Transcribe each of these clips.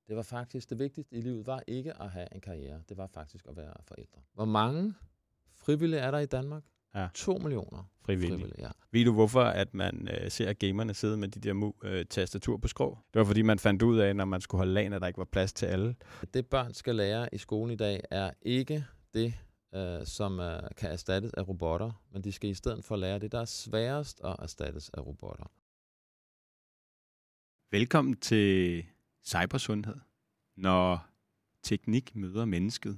Det var faktisk det vigtigste i livet, var ikke at have en karriere. Det var faktisk at være forældre. Hvor mange frivillige er der i Danmark? Ja. 2 millioner frivillige. Ja. Ved du, hvorfor at man ser gamerne sidde med de der tastatur på skrå? Det var, fordi man fandt ud af, når man skulle holde LAN, at der ikke var plads til alle. Det børn skal lære i skolen i dag, er ikke det, som kan erstattes af robotter, men de skal i stedet for lære det, der er sværest at erstattes af robotter. Velkommen til Cybersundhed, når teknik møder mennesket.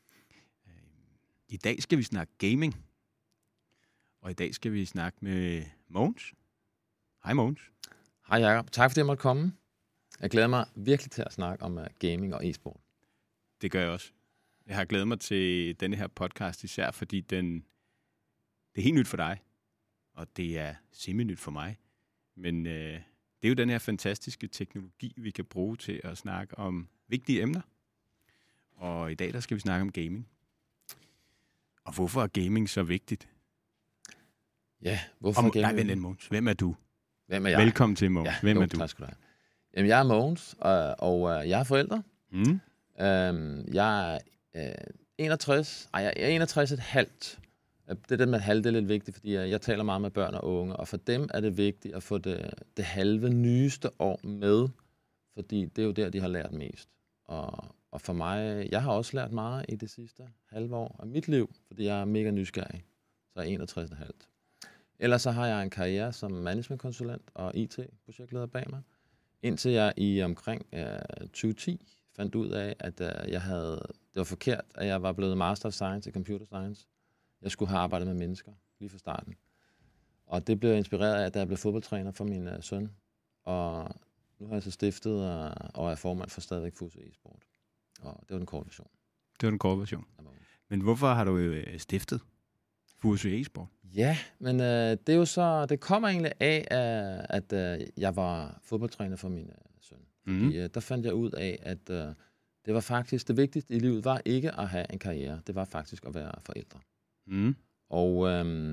I dag skal vi snakke gaming, og i dag skal vi snakke med Mogens. Hej Mogens. Hej Jacob, tak fordi jeg måtte komme. Jeg glæder mig virkelig til at snakke om gaming og e-sport. Det gør jeg også. Jeg har glædet mig til denne her podcast, især fordi det er helt nyt for dig, og det er semi-nyt for mig. Men det er jo den her fantastiske teknologi, vi kan bruge til at snakke om vigtige emner. Og i dag der skal vi snakke om gaming. Og hvorfor er gaming så vigtigt? Ja, hvorfor er gaming? Nej, vent lidt, Mogens. Hvem er du? Hvem er jeg? Velkommen til, Mogens. Hvem er du? Tak skal du have. Jamen, jeg er Mogens, og jeg er forælder. Mm. Jeg er 61. Jeg er 61 et halvt. Det der med et halvt, det er lidt vigtigt, fordi jeg taler meget med børn og unge, og for dem er det vigtigt at få det halve nyeste år med, fordi det er jo der, de har lært mest. Og for mig, jeg har også lært meget i det sidste halve år af mit liv, fordi jeg er mega nysgerrig. Så er jeg 61 et halvt. Ellers så har jeg en karriere som managementkonsulent og IT-projektleder bag mig, indtil jeg i omkring 2010 fandt ud af, at det var forkert, at jeg var blevet Master of Science i Computer Science. Jeg skulle have arbejdet med mennesker lige fra starten. Og det blev inspireret af, at jeg blev fodboldtræner for min søn. Og nu har jeg så stiftet og er formand for stadigvæk Fuse e-sport. Og det var den korte version. Det var den korte version. Men hvorfor har du stiftet Fuse e-sport? Ja, men det er jo så, det kommer egentlig af, at jeg var fodboldtræner for min søn. Fordi der fandt jeg ud af, at det var faktisk det vigtigste i livet, var ikke at have en karriere. Det var faktisk at være forældre. Mm. Og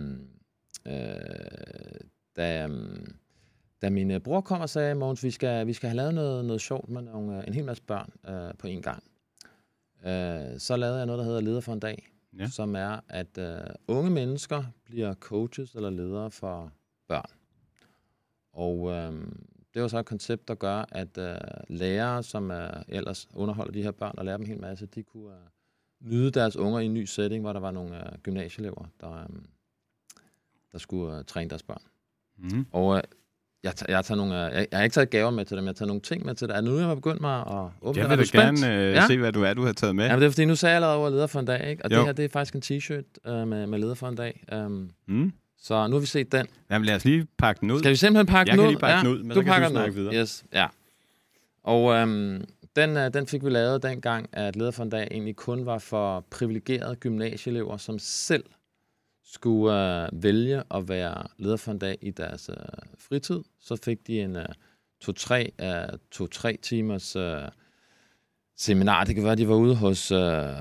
da min bror kom og sagde, Mogens, vi skal have lavet noget sjovt med en hel masse børn på en gang, så lavede jeg noget, der hedder Leder for en dag, som er, at unge mennesker bliver coaches eller ledere for børn. Og det var så et koncept, der gør, at lærere, som ellers underholder de her børn og lærer dem en hel masse, de kunne nyde deres unger i en ny setting, hvor der var nogle gymnasieelever, der skulle træne deres børn. Mm. Og jeg har ikke taget gaver med til dem, jeg har taget nogle ting med til det. Nu er jeg begyndt mig at åbne. Jeg vil da gerne se, hvad du har taget med. Ja, men det er fordi, nu sagde jeg allerede over Leder for en dag, ikke? Og det her, det er faktisk en t-shirt med Leder for en dag. Så nu har vi set den. Jamen lad os lige pakke den ud. Skal vi simpelthen pakke den ud? Jeg kan lige pakke den ud, men du så kan du snakke videre. Yes, ja. Og den fik vi lavet dengang, at Leder for en dag egentlig kun var for privilegerede gymnasieelever, som selv skulle vælge at være leder for en dag i deres fritid. Så fik de en 2-3 timers seminar. Det kan være, at de var ude hos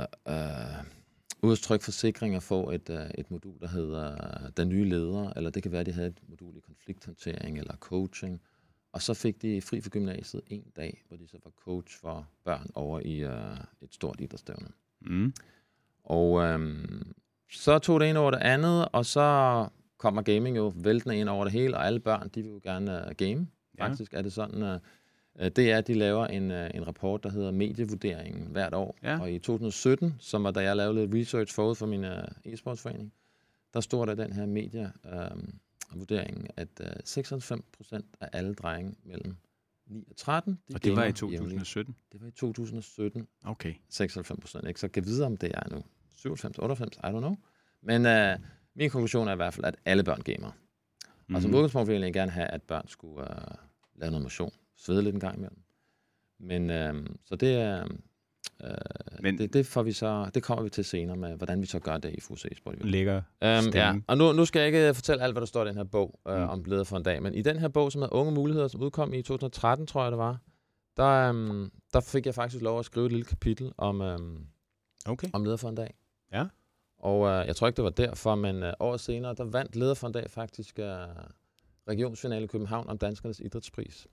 Tryg Forsikring og få et modul, der hedder Den nye leder, eller det kan være, at de havde et modul i konflikthåndtering eller coaching. Og så fik de fri for gymnasiet en dag, hvor de så var coach for børn over i et stort idrætsstævne. Mm. Og så tog det en over det andet, og så kommer gaming jo væltende ind over det hele, og alle børn, de vil jo gerne game. Faktisk er det sådan, det er, at de laver en rapport, der hedder Medievurderingen hvert år. Ja. Og i 2017, som var da jeg lavede lidt research forud for min e-sportsforening, der stod der den her medievurderingen, at 96% af alle drenge mellem 9 og 13, og det var i 2017? Det var i 2017. Okay. 96%, ikke? Så kan vide, om det er nu 97, 98, I don't know. Men min konklusion er i hvert fald, at alle børn gamer. Mm-hmm. Og som udgangspunkt ville jeg gerne have, at børn skulle lave noget motion. Svede lidt en gang imellem. Men så det det får vi så, det kommer vi til senere med, hvordan vi så gør det i Fuse e-sport. Lækker ja. Og nu skal jeg ikke fortælle alt, hvad der står i den her bog om Leder for en dag. Men i den her bog, som hedder Unge Muligheder, som udkom i 2013, tror jeg det var, der fik jeg faktisk lov at skrive et lille kapitel om Leder for en dag. Ja. Og jeg tror ikke, det var derfor, men året senere, der vandt Leder for en dag faktisk regionsfinale i København om Danskernes Idrætspris.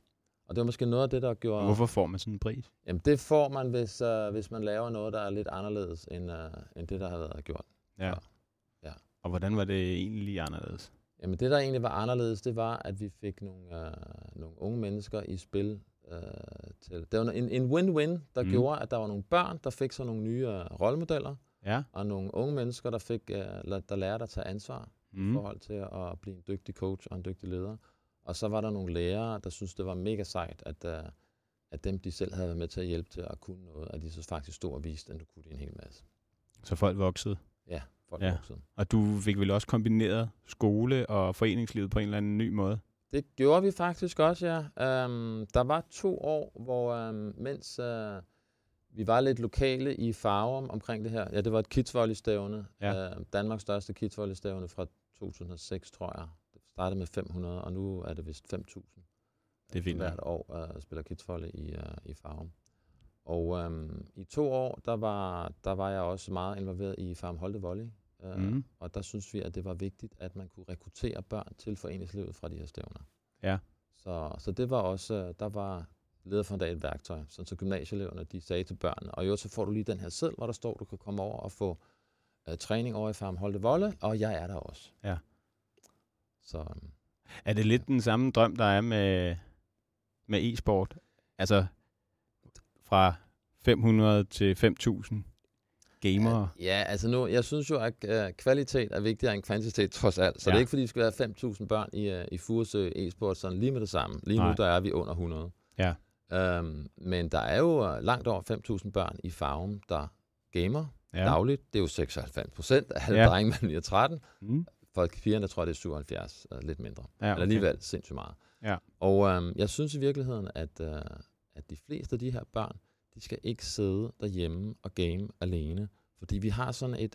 Og det var måske noget af det, der gjorde... Og hvorfor får man sådan en pris? Jamen, det får man, hvis man laver noget, der er lidt anderledes, end det, der har været gjort. Ja. Ja. Og hvordan var det egentlig anderledes? Jamen, det, der egentlig var anderledes, det var, at vi fik nogle unge mennesker i spil til... Det var en win-win, der gjorde, at der var nogle børn, der fik så nogle nye rollemodeller, og nogle unge mennesker, der lærte at tage ansvar i forhold til at blive en dygtig coach og en dygtig leder. Og så var der nogle lærere, der syntes, det var mega sejt, at dem, de selv havde været med til at hjælpe til at kunne noget, at de så faktisk stod og viste, at du kunne det en hel masse. Så folk voksede? Ja, folk voksede. Og du fik vel også kombineret skole og foreningslivet på en eller anden ny måde? Det gjorde vi faktisk også, ja. Der var 2 år, hvor mens vi var lidt lokale i Farum omkring det her. Ja, det var et kidsvolley-stævne. Danmarks største kidsvolley-stævne fra 2006, tror jeg. Det startede med 500, og nu er det vist 5.000. Det er fint. Hvert år spiller kidsvolley i Farum. Og i 2 år, der var jeg også meget involveret i Farum Holte Volley. Og der synes vi, at det var vigtigt, at man kunne rekruttere børn til foreningslivet fra de her stævner. Ja. Så det var også, der var lederfondat et værktøj, så gymnasieeleverne, de sagde til børnene, og jo, så får du lige den her seddel, hvor der står, du kan komme over og få træning over i Farum Holte Volley, og jeg er der også. Ja. Så, er det lidt den samme drøm, der er med e-sport? Altså fra 500 til 5.000 gamere? Ja, altså nu, jeg synes jo, at kvalitet er vigtigere end kvantitet trods alt. Så det er ikke, fordi vi skal være 5.000 børn i Furesø e-sport, sådan lige med det samme. Lige nu, der er vi under 100. Ja. Men der er jo langt over 5.000 børn i Farum, der gamer dagligt. Det er jo 96% af alle drenge mellem 9 og 13. For pigerne tror jeg, det er 77, lidt mindre. Ja, okay. Eller alligevel sindssygt meget. Ja. Og jeg synes i virkeligheden, at de fleste af de her børn, de skal ikke sidde derhjemme og game alene. Fordi vi har sådan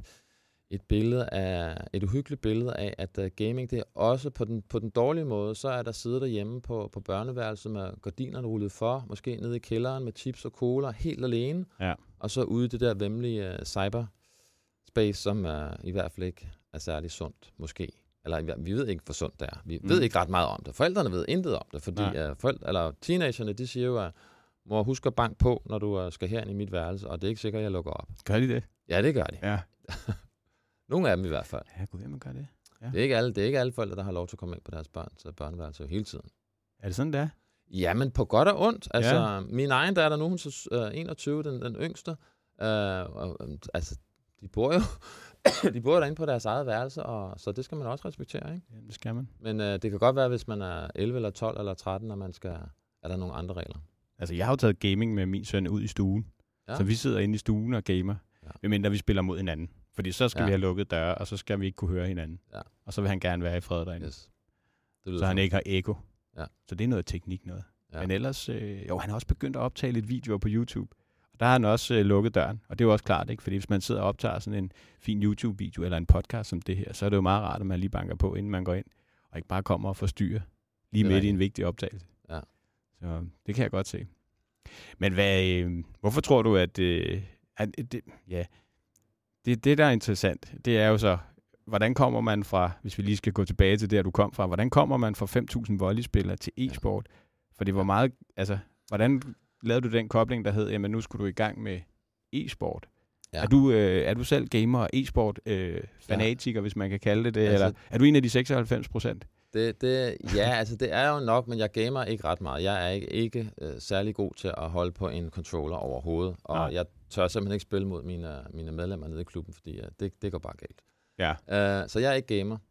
et uhyggeligt billede af, at gaming, det er også på den dårlige måde, så er der siddet derhjemme på børneværelset med gardinerne rullet for, måske nede i kælderen med chips og cola, helt alene. Ja. Og så ude i det der væmmelige cyberspace, som i hvert fald ikke er særlig sundt, måske. Eller vi ved ikke, hvor sundt det er. Vi ved ikke ret meget om det. Forældrene ved intet om det, fordi teenagerne, de siger jo, at mor, husk at banke på, når du skal herind i mit værelse, og det er ikke sikkert, at jeg lukker op. Gør de det? Ja, det gør de. Ja. Nogle af dem i hvert fald. Ja, gud, man gør det. Ja. Det er ikke alle forældre, der har lov til at komme ind på deres børneværelse hele tiden. Er det sådan, det er? Ja, men på godt og ondt. Altså, min egen datter nu, hun er så 21, den yngste. Altså, de bor jo derinde på deres eget værelse, og så det skal man også respektere, ikke? Ja, det skal man. Men det kan godt være, hvis man er 11 eller 12 eller 13, er der nogle andre regler. Altså, jeg har jo taget gaming med min søn ud i stuen. Ja. Så vi sidder inde i stuen og gamer, medmindre vi spiller mod hinanden. Fordi så skal vi have lukket døre, og så skal vi ikke kunne høre hinanden. Ja. Og så vil han gerne være i fred derinde. Yes. Så han ikke har eko. Ja. Så det er noget teknik noget. Ja. Men ellers, han har også begyndt at optage lidt videoer på YouTube. Og der har han også lukket døren. Og det er jo også klart, ikke? Fordi hvis man sidder og optager sådan en fin YouTube-video eller en podcast som det her, så er det jo meget rart, at man lige banker på, inden man går ind. Og ikke bare kommer og forstyrrer lige midt i en vigtig optagelse. Ja. Så det kan jeg godt se. Men hvorfor tror du, at det, der er interessant, det er jo så, hvordan kommer man fra, hvis vi lige skal gå tilbage til der, du kom fra, hvordan kommer man fra 5.000 volleyspillere til e-sport? For det var meget, altså, hvordan lavede du den kobling, der hed, jamen nu skulle du i gang med e-sport? Ja. Er du selv gamer og e-sport fanatiker, hvis man kan kalde det, altså, eller er du en af de 96%? Altså det er jo nok, men jeg gamer ikke ret meget. Jeg er ikke særlig god til at holde på en controller overhovedet, og jeg tør simpelthen ikke spille mod mine medlemmer nede i klubben, fordi det går bare galt. Ja. Så jeg er ikke gamer.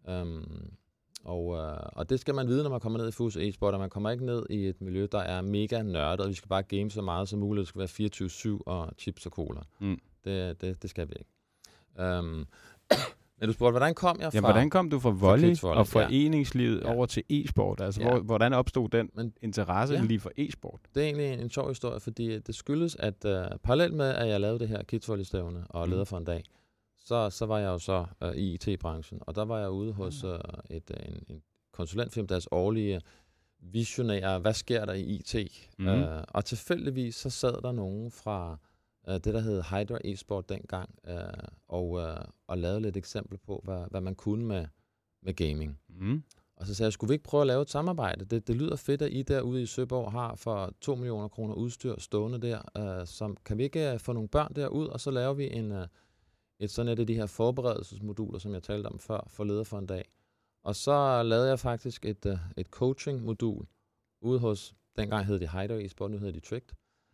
Og det skal man vide, når man kommer ned i Furesø e-sport, og man kommer ikke ned i et miljø, der er mega nørdet, og vi skal bare game så meget som muligt. Det skal være 24/7 og chips og cola. Det skal vi ikke. Men du spurgte, hvordan kom jeg fra? Ja, hvordan kom du fra volley og foreningslivet over til e-sport? Altså, hvordan opstod den interesse lige for e-sport? Det er egentlig en sjov historie, fordi det skyldes, at parallelt med, at jeg lavede det her kidsvolley-stævne og leder for en dag, så var jeg jo så i IT-branchen, og der var jeg ude hos en konsulentfirma, deres årlige visionære, hvad sker der i IT? Og tilfældigvis så sad der nogen fra det, der hed Hydra eSport dengang, og lavede lidt eksempel på, hvad man kunne med gaming. Og så sagde jeg, skulle vi ikke prøve at lave et samarbejde? Det lyder fedt, at I derude i Søborg har for 2 millioner kroner udstyr stående der. Som, kan vi ikke få nogle børn derud, og så laver vi sådan et af de her forberedelsesmoduler, som jeg talte om før, for leder for en dag. Og så lavede jeg faktisk et coaching-modul ude hos, dengang hed det Hideaway eSport, nu hedder de Tricked.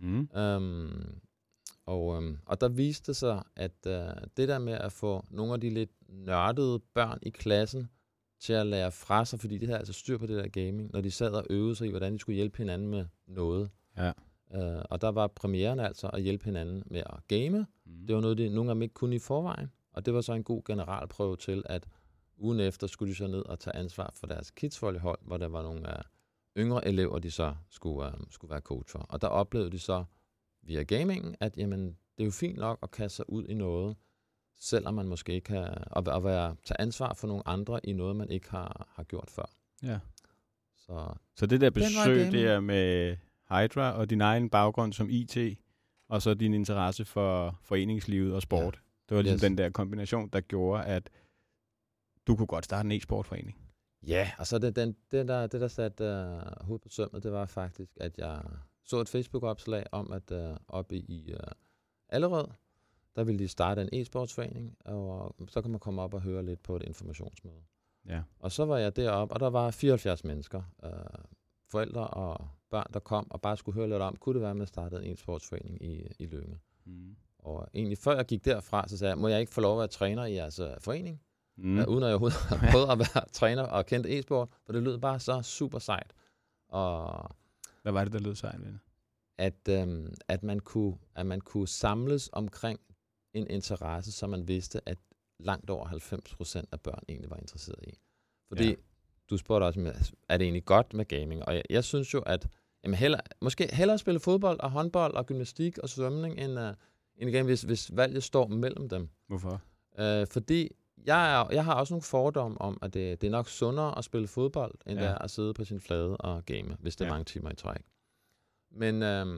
Og der viste sig, at det der med at få nogle af de lidt nørdede børn i klassen til at lære fra sig, fordi de havde altså styr på det der gaming, når de sad og øvede sig i, hvordan de skulle hjælpe hinanden med noget. Ja. Og der var premieren altså at hjælpe hinanden med at game. Det var noget, nogle af dem ikke kunne i forvejen. Og det var så en god generalprøve til, at ugen efter skulle de så ned og tage ansvar for deres kidsvolleyhold, hvor der var nogle yngre elever, de så skulle være coach for. Og der oplevede de så via gamingen, at jamen, det er jo fint nok at kaste sig ud i noget, selvom man måske ikke kan, at tage ansvar for nogle andre i noget, man ikke har gjort før. Ja. Så det der besøg, det er med Hydra og din egen baggrund som IT, og så din interesse for foreningslivet og sport. Ja. Det var ligesom den der kombination, der gjorde, at du kunne godt starte en e-sportforening. Ja, og så det der satte hovedet på sømmet, det var faktisk, at jeg så et Facebook-opslag om, at oppe i Allerød, der ville de starte en e-sportsforening, og så kan man komme op og høre lidt på et informationsmøde. Ja. Og så var jeg deroppe, og der var 74 mennesker, forældre og børn, der kom og bare skulle høre lidt om, kunne det være, at man startede en e-sportsforening i Lønge. Og egentlig før jeg gik derfra, så sagde jeg, må jeg ikke få lov at være træner i jeres forening? Uden at jeg overhovedet har prøvet at være træner og kendt e-sport, for det lød bare så super sejt. Og hvad var det, der lød sejt ved det? At man kunne samles omkring en interesse, som man vidste, at langt over 90% af børn egentlig var interesseret i. Fordi du spurgte også, er det egentlig godt med gaming? Og jeg synes jo, at måske hellere spille fodbold og håndbold og gymnastik og svømning, end game, hvis valget står mellem dem. Hvorfor? Fordi jeg har også nogle fordomme om, at det er nok sundere at spille fodbold, end det er at sidde på sin flade og game, hvis det er mange timer i træk. Men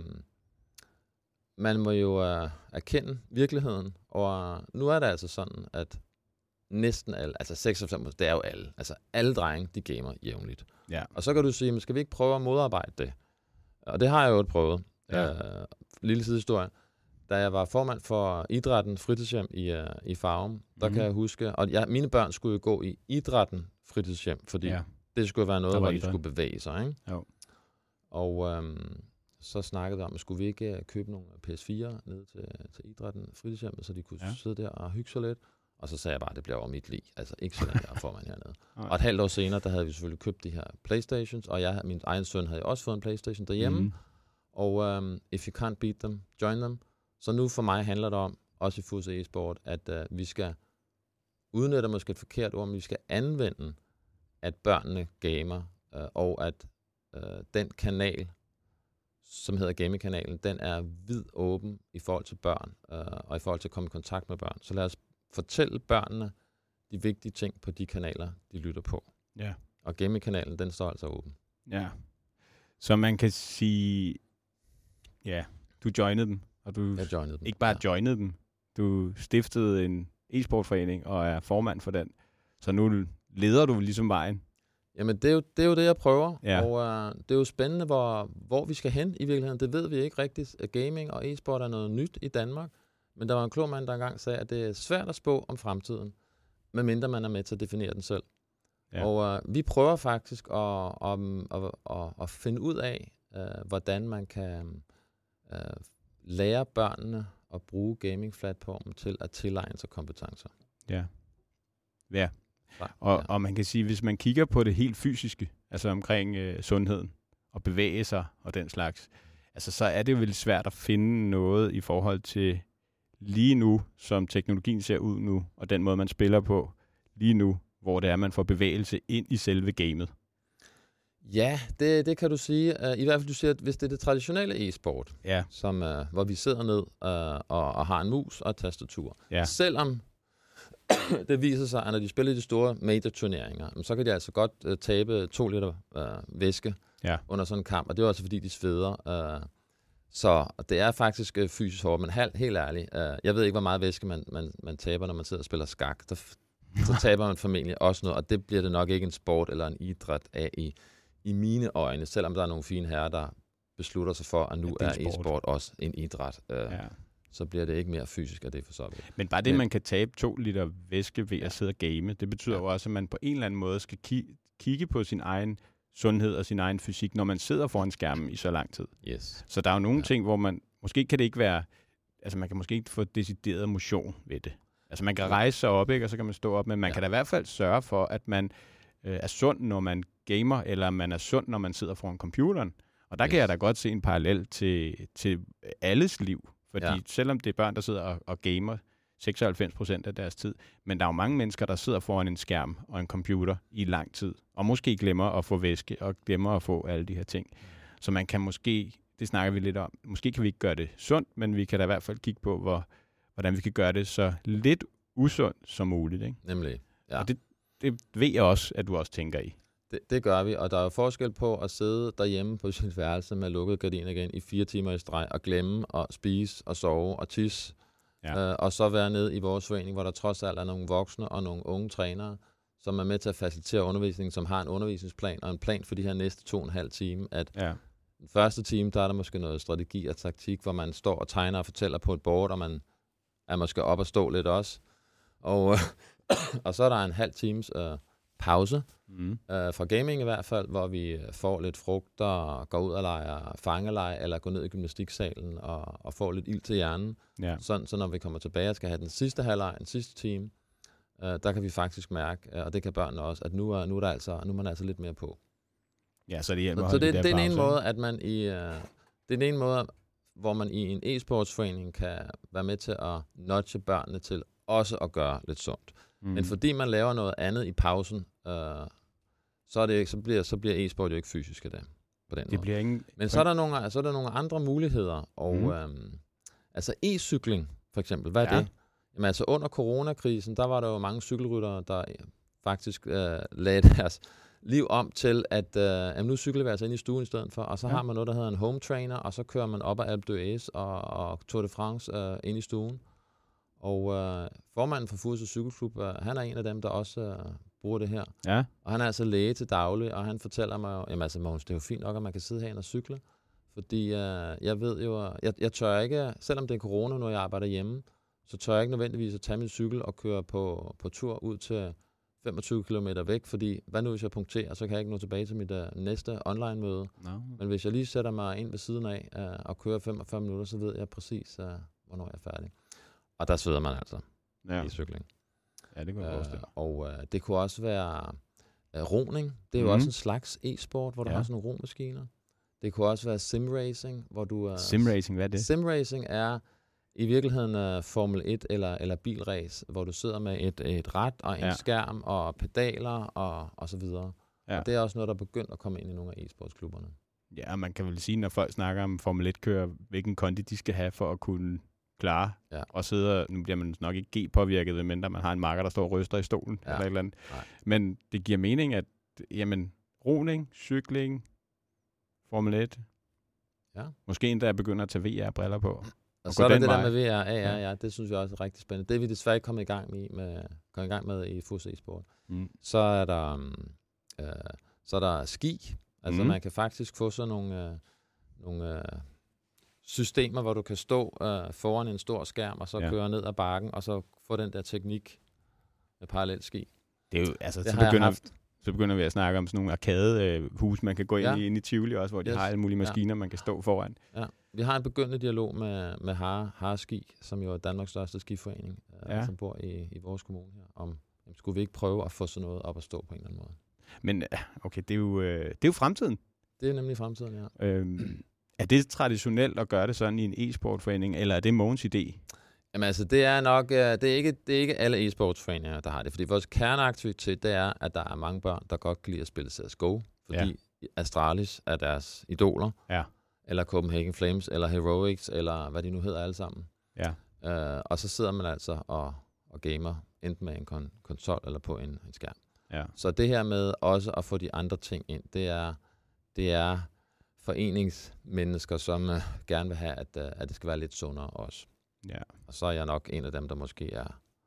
man må jo erkende virkeligheden, og nu er det altså sådan, at næsten alle, altså 6%, det er jo alle, altså alle drenge, de gamer jævnligt. Ja. Og så kan du sige, men skal vi ikke prøve at modarbejde det? Og det har jeg jo prøvet. Lille sidehistorie. Da jeg var formand for idrætten fritidshjem i Farum, der kan jeg huske, og mine børn skulle jo gå i idrætten fritidshjem, fordi det skulle være noget, hvor de skulle bevæge sig. Ikke? Jo. Og så snakkede vi om, skulle vi ikke købe nogle PS4 ned til idrætten fritidshjem, så de kunne sidde der og hygge sig lidt. Og så sagde jeg bare, at det bliver over mit liv. Altså ikke så længe jeg er formand hernede. Og et halvt år senere, der havde vi selvfølgelig købt de her Playstations, og min egen søn havde også fået en Playstation derhjemme. Og if you can't beat them, join them. Så nu for mig handler det om, også i Fusse e-sport, at vi skal udnytte måske et forkert ord, men vi skal anvende, at børnene gamer, og at den kanal, som hedder gaming-kanalen, den er vid åben i forhold til børn, og i forhold til at komme i kontakt med børn. Så lad os fortælle børnene de vigtige ting på de kanaler, de lytter på. Ja. Og gaming-kanalen, den står altså åben. Ja. Så man kan sige, du joinede dem. Og du ikke bare joinede dem, du stiftede en e-sportforening og er formand for den. Så nu leder du ligesom vejen. Jamen, det er jo det, jeg prøver. Ja. Og det er jo spændende, hvor vi skal hen i virkeligheden. Det ved vi ikke rigtigt. Gaming og e-sport er noget nyt i Danmark. Men der var en klog mand, der engang sagde, at det er svært at spå om fremtiden, medmindre man er med til at definere den selv. Ja. Og vi prøver faktisk at finde ud af, hvordan man kan lære børnene at bruge gaming-platformen til at tilegne sig kompetencer. Ja. Ja. Og man kan sige, hvis man kigger på det helt fysiske, altså omkring sundheden og bevæge sig og den slags, altså så er det jo vel svært at finde noget i forhold til lige nu, som teknologien ser ud nu, og den måde, man spiller på lige nu, hvor det er, man får bevægelse ind i selve gamet. Ja, det kan du sige. I hvert fald, du siger, at hvis det er det traditionelle e-sport, som, hvor vi sidder ned og har en mus og et tastatur. Ja. Selvom det viser sig, at når de spiller de store major-turneringer, så kan de altså godt tabe 2 liter væske under sådan en kamp, og det er også fordi, de sveder. Så det er faktisk fysisk hårdt, men helt ærligt. Jeg ved ikke, hvor meget væske man taber, når man sidder og spiller skak. så taber man formentlig også noget, og det bliver det nok ikke en sport eller en idræt af i mine øjne, selvom der er nogle fine herrer, der beslutter sig for, at nu er e-sport også en idræt. Så bliver det ikke mere fysisk af det for så vidt. Men bare det, man kan tabe 2 liter væske ved at sidde og game, det betyder jo også, at man på en eller anden måde skal kigge på sin egen sundhed og sin egen fysik, når man sidder foran skærmen i så lang tid. Yes. Så der er jo nogle ting, hvor måske kan det ikke være, altså man kan måske ikke få decideret motion ved det. Altså man kan rejse sig op, ikke, og så kan man stå op, men man kan da i hvert fald sørge for, at man er sund, når man gamer, eller man er sund, når man sidder foran computeren. Og der kan jeg da godt se en parallel til alles liv. Fordi selvom det er børn, der sidder og gamer 96% af deres tid, men der er jo mange mennesker, der sidder foran en skærm og en computer i lang tid, og måske glemmer at få væske, og glemmer at få alle de her ting. Så man kan måske, det snakker vi lidt om, måske kan vi ikke gøre det sundt, men vi kan da i hvert fald kigge på, hvordan vi kan gøre det så lidt usundt som muligt. Ikke? Nemlig, ja. Og det ved jeg også, at du også tænker i. Det gør vi, og der er jo forskel på at sidde derhjemme på sit værelse med lukket gardin igen i 4 timer i streg, og glemme at spise og sove og tisse, og så være nede i vores forening, hvor der trods alt er nogle voksne og nogle unge trænere, som er med til at facilitere undervisningen, som har en undervisningsplan og en plan for de her næste 2,5 timer. Den første time, der er der måske noget strategi og taktik, hvor man står og tegner og fortæller på et board, og man er måske op og stå lidt også. Og så er der en halv times pause, fra gaming i hvert fald, hvor vi får lidt frugter og går ud og leger fangelej, eller går ned i gymnastiksalen og får lidt ild til hjernen. Ja. Så når vi kommer tilbage og skal have den sidste halvleg, den sidste time, der kan vi faktisk mærke, og det kan børnene også, at nu er man altså lidt mere på. Ja, så det hjælper. Så det er den ene måde, at man det er den ene måde, hvor man i en e-sportsforening kan være med til at nudge børnene til også at gøre lidt sundt. Men fordi man laver noget andet i pausen, så bliver e-sport jo ikke fysisk af det på den måde. Men så er der nogle andre muligheder, og altså e-cykling for eksempel, hvad er det? Jamen altså under coronakrisen, der var der jo mange cykelryttere, der faktisk lagde deres liv om til, at nu cykler vi altså ind i stuen i stedet for, og så har man noget, der hedder en home trainer, og så kører man op ad Alpe d'Huez og Tour de France ind i stuen. Og formanden for Furesø Cykelklub, han er en af dem, der også bruger det her. Ja. Og han er altså læge til daglig, og han fortæller mig, jamen altså Mogens, det er jo fint nok, at man kan sidde herinde og cykle. Fordi jeg ved jo, jeg tør ikke, selvom det er corona, når jeg arbejder hjemme, så tør jeg ikke nødvendigvis at tage min cykel og køre på tur ud til 25 km væk, fordi hvad nu hvis jeg punkterer, så kan jeg ikke nå tilbage til mit næste online-møde. No. Men hvis jeg lige sætter mig ind ved siden af og kører 45 minutter, så ved jeg præcis, hvornår jeg er færdig. Og der sveder man altså i cykling. Ja, det kunne jeg forestille. Og det kunne også være roning. Det er jo også en slags e-sport, hvor der er sådan nogle romaskiner. Det kunne også være simracing, hvor du... Simracing, hvad er det? Simracing er i virkeligheden Formel 1 eller bilrace, hvor du sidder med et rat og en skærm og pedaler og så videre. Ja. Og det er også noget, der er begyndt at komme ind i nogle af e-sportsklubberne. Ja, man kan vel sige, når folk snakker om Formel 1-kører, hvilken kondi de skal have for at kunne klare og sidde, nu bliver man nok ikke G-påvirket, medmindre man har en makker, der står og ryster i stolen eller et eller andet. Nej. Men det giver mening, at roning, cykling, Formel 1, måske endda jeg begynder at tage VR-briller på. Og så er der det der med VR, det synes jeg også er rigtig spændende. Det er vi desværre ikke kommet i gang med i Furesø e-sport. Så er der ski. Altså man kan faktisk få sådan nogle systemer, hvor du kan stå foran en stor skærm, og så køre ned ad bakken, og så få den der teknik med parallelski. Det er jo, altså, så begynder vi at snakke om sådan nogle arkadehus, man kan gå ind i Tivoli også, hvor de har alle mulige maskiner, man kan stå foran. Ja. Vi har en begyndende dialog med Hareski, som jo er Danmarks største skiforening, som bor i vores kommune her, om skulle vi ikke prøve at få sådan noget op at stå på en eller anden måde. Men okay, det er jo fremtiden. Det er nemlig fremtiden, ja. Er det traditionelt at gøre det sådan i en e-sportforening, eller er det Mogens idé? Jamen altså, det er nok, det er ikke alle e-sportsforeninger, der har det, fordi vores kerneaktivitet, det er, at der er mange børn, der godt kan lide at spille CSGO, fordi Astralis er deres idoler, eller Copenhagen Flames, eller Heroics, eller hvad de nu hedder alle sammen. Ja. Og så sidder man altså og gamer, enten med en konsol eller på en skærm. Ja. Så det her med også at få de andre ting ind, det er foreningsmennesker, som gerne vil have, at det skal være lidt sundere også. Ja. Og så er jeg nok en af dem, der måske er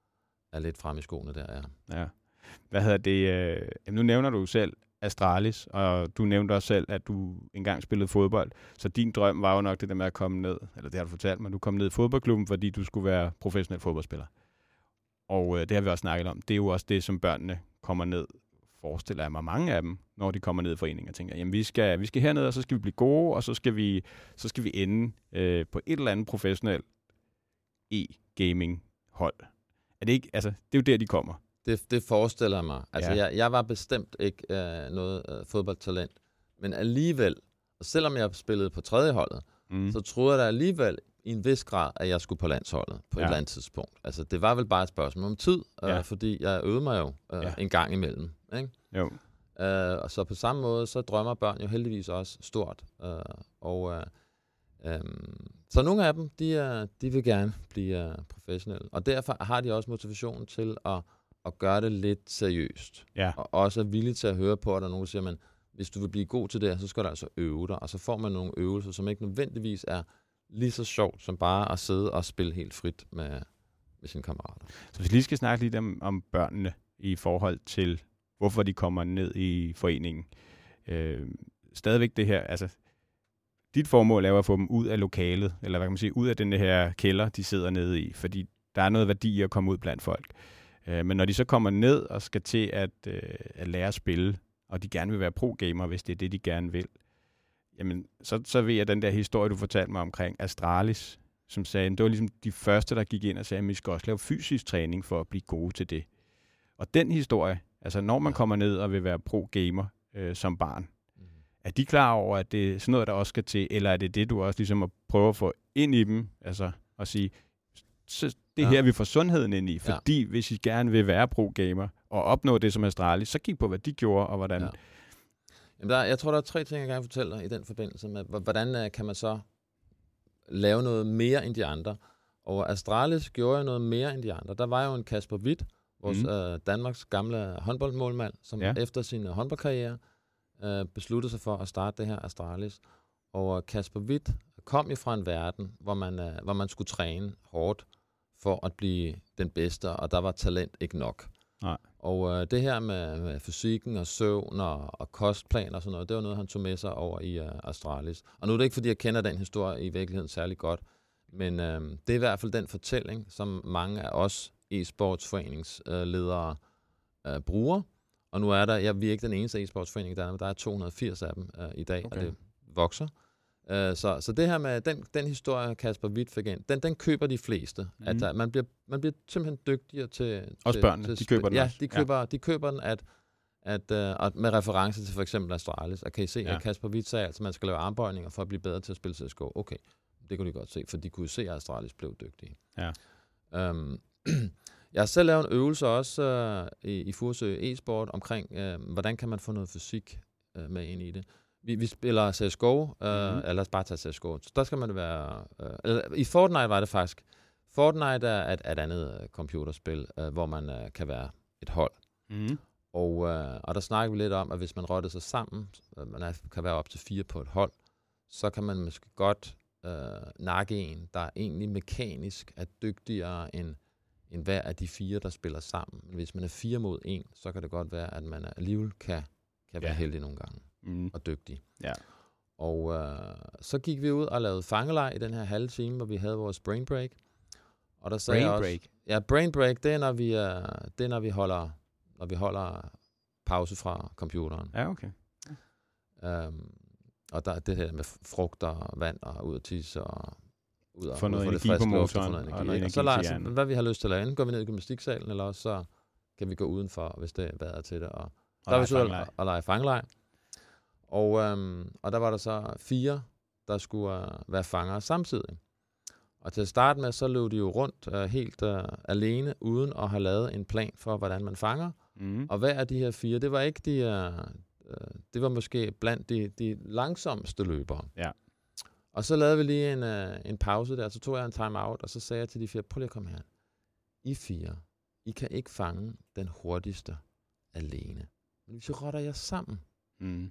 er lidt frem i skoene der, ja. Ja. Hvad hedder det? Nu nævner du selv Astralis, og du nævnte også selv, at du engang spillede fodbold. Så din drøm var jo nok det der med at komme ned, eller det har du fortalt mig, du kom ned i fodboldklubben, fordi du skulle være professionel fodboldspiller. Og det har vi også snakket om. Det er jo også det, som børnene kommer ned, forestiller jeg mig mange af dem, når de kommer ned i foreningen og tænker, jamen vi skal herned, og så skal vi blive gode, og så skal vi ende på et eller andet professionelt e-gaming-hold. Er det ikke, altså, det er jo der, de kommer. Det forestiller jeg mig. Altså, jeg var bestemt ikke noget fodboldtalent, men alligevel, og selvom jeg spillede på tredje holdet, så troede jeg da alligevel i en vis grad, at jeg skulle på landsholdet på et eller andet tidspunkt. Altså, det var vel bare et spørgsmål om tid, fordi jeg øvede mig jo en gang imellem. Ikke? Jo. Og så på samme måde, så drømmer børn jo heldigvis også stort. Så nogle af dem, de vil gerne blive professionelle. Og derfor har de også motivationen til at gøre det lidt seriøst. Ja. Og også er villige til at høre på, at der er nogen, der siger, men hvis du vil blive god til det, så skal du altså øve dig. Og så får man nogle øvelser, som ikke nødvendigvis er lige så sjovt, som bare at sidde og spille helt frit med sine kammerater. Så hvis vi lige skal snakke lidt om børnene i forhold til, hvorfor de kommer ned i foreningen. Stadigvæk det her, altså dit formål er at få dem ud af lokalet, eller hvad kan man sige, ud af den her kælder, de sidder nede i, fordi der er noget værdi i at komme ud blandt folk. Men når de så kommer ned og skal til at lære at spille, og de gerne vil være pro-gamer, hvis det er det, de gerne vil, jamen, så ved jeg den der historie, du fortalte mig omkring Astralis, som sagde, det var ligesom de første, der gik ind og sagde, at vi skal også lave fysisk træning for at blive gode til det. Og den historie, altså når man kommer ned og vil være pro-gamer som barn, er de klar over, at det er sådan noget, der også skal til, eller er det det, du også ligesom at prøve at få ind i dem, altså at sige, så det er her, vi får sundheden ind i, fordi hvis I gerne vil være pro-gamer og opnå det som Astralis, så kig på, hvad de gjorde, og hvordan... Ja. Jamen jeg tror, der er 3 ting, jeg gerne vil fortælle dig i den forbindelse med, hvordan kan man så lave noget mere end de andre. Og Astralis gjorde jo noget mere end de andre. Der var jo en Kasper Hvidt, vores Danmarks gamle håndboldmålmand, som efter sin håndboldkarriere besluttede sig for at starte det her Astralis. Og Kasper Hvidt kom jo fra en verden, hvor man skulle træne hårdt for at blive den bedste, og der var talent ikke nok. Nej. Og det her med fysikken og søvn og kostplan og sådan noget, det var noget, han tog med sig over i Astralis. Og nu er det ikke, fordi jeg kender den historie i virkeligheden særlig godt, men det er i hvert fald den fortælling, som mange af os e-sportsforeningsledere bruger. Og nu er vi er ikke den eneste e-sportsforening i Danmark, der er 280 af dem i dag, og det vokser. Så det her med den historie, Kasper Hvidt fik ind, den køber de fleste. At man bliver simpelthen dygtigere til... Også børnene, de køber den også. De køber den, at med reference til for eksempel Astralis. Og kan I se, at Kasper Hvidt sagde, at man skal lave armbøjninger for at blive bedre til at spille CSGO. Okay, det kunne de godt se, for de kunne se, at Astralis blev dygtige. Ja. Jeg har selv lavet en øvelse også i Furesø e-sport omkring, hvordan kan man få noget fysik med ind i det. Vi spiller CSGO, eller lad os bare tage CSGO. Der skal man være... I Fortnite var det faktisk. Fortnite er et andet computerspil, hvor man kan være et hold. Og der snakker vi lidt om, at hvis man rotter sig sammen, man kan være op til 4 på et hold, så kan man måske godt nakke en, der egentlig mekanisk er dygtigere end hver af de 4, der spiller sammen. Men hvis man er 4 mod 1, så kan det godt være, at man alligevel kan være heldig nogle gange. Og dygtig. Ja. Og så gik vi ud og lavede fangelej i den her halve time, hvor vi havde vores brain break. Og der sagde brain break? Ja, brain break, det er, når vi holder pause fra computeren. Ja, okay. Og der er det her med frugter og vand og ud at tisse og ud og få noget energi på motoren og noget energi. Og så leger hvad vi har lyst til at lave. Enten går vi ned i gymnastiksalen, eller også så kan vi gå udenfor, hvis det er været til det. Og der er vi så og lege fangelej. Og der var der så 4, der skulle være fangere samtidig. Og til at starte med, så løb de jo rundt helt alene, uden at have lavet en plan for, hvordan man fanger. Og hver af de her 4, det var ikke det var måske blandt de langsomste løbere. Ja. Og så lavede vi lige en pause der, så tog jeg en time-out, og så sagde jeg til de 4, prøv lige at komme her. I 4, I kan ikke fange den hurtigste alene. Men hvis I rotter jer sammen,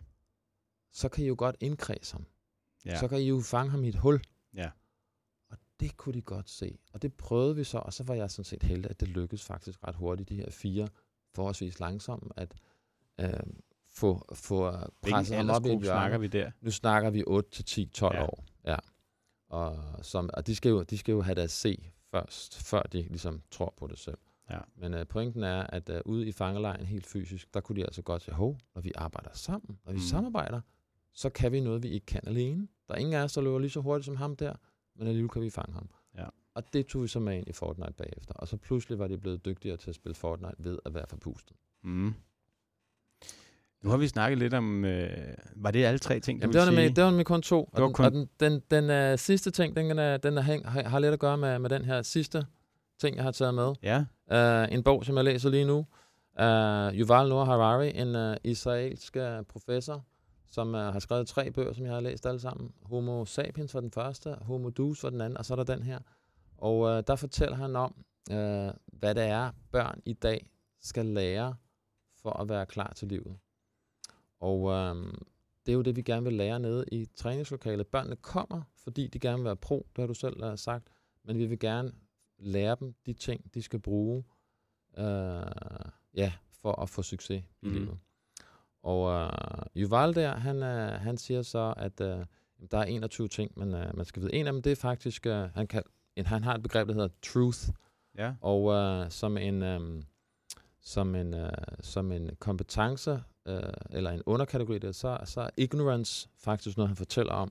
så kan I jo godt indkredse ham. Ja. Så kan I jo fange ham i et hul. Ja. Og det kunne de godt se. Og det prøvede vi så, og så var jeg sådan set heldig, at det lykkedes faktisk ret hurtigt, de her 4 forholdsvis langsomme, at få presset ham op i et hjørne. Snakker vi der? Nu snakker vi 8 til 10, 12 år. Ja. Og de skal jo have deres C først, før de ligesom tror på det selv. Ja. Men pointen er, at ude i fangelejren helt fysisk, der kunne de altså godt sige, når vi arbejder sammen, når vi samarbejder, så kan vi noget, vi ikke kan alene. Der er ingen af os, der løber lige så hurtigt som ham der, men alligevel kan vi fange ham. Ja. Og det tog vi så med ind i Fortnite bagefter. Og så pludselig var de blevet dygtigere til at spille Fortnite ved at være forpustet. Mm. Nu har vi snakket lidt om... var det alle 3 ting, det var med kun 2. Og den sidste ting, den har lidt at gøre med den her sidste ting, jeg har taget med. Ja. En bog, som jeg læser lige nu. Yuval Noah Harari, en israelsk professor, som har skrevet 3 bøger, som jeg har læst alle sammen. Homo sapiens var den første, Homo deus var den anden, og så er der den her. Og der fortæller han om, hvad det er, børn i dag skal lære for at være klar til livet. Og det er jo det, vi gerne vil lære nede i træningslokalet. Børnene kommer, fordi de gerne vil være pro, det har du selv sagt, men vi vil gerne lære dem de ting, de skal bruge for at få succes i livet. Og Yuval der, han siger så, at der er 21 ting, man skal vide. En af dem, det er faktisk, han har et begreb, der hedder truth. Ja. Og som en kompetence, eller en underkategori, der, så er ignorance faktisk noget, han fortæller om.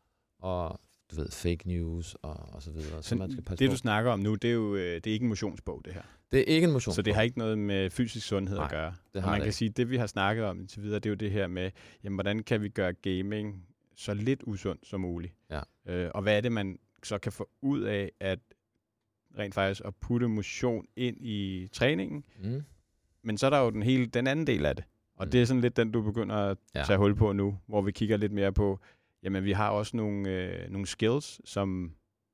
Og du ved, fake news og så videre. Så man skal passe det, på. Du snakker om nu, det er jo det er ikke en motionsbog, det her. Det er ikke en motionsbog. Så det har ikke noget med fysisk sundhed at gøre. Det og man kan sige, det vi har snakket om indtil videre, det er jo det her med, jamen, hvordan kan vi gøre gaming så lidt usundt som muligt? Ja. Og hvad er det, man så kan få ud af at rent faktisk at putte motion ind i træningen? Mm. Men så er der jo den anden del af det. Og det er sådan lidt den, du begynder at tage hul på nu, hvor vi kigger lidt mere på, jamen vi har også nogle skills, som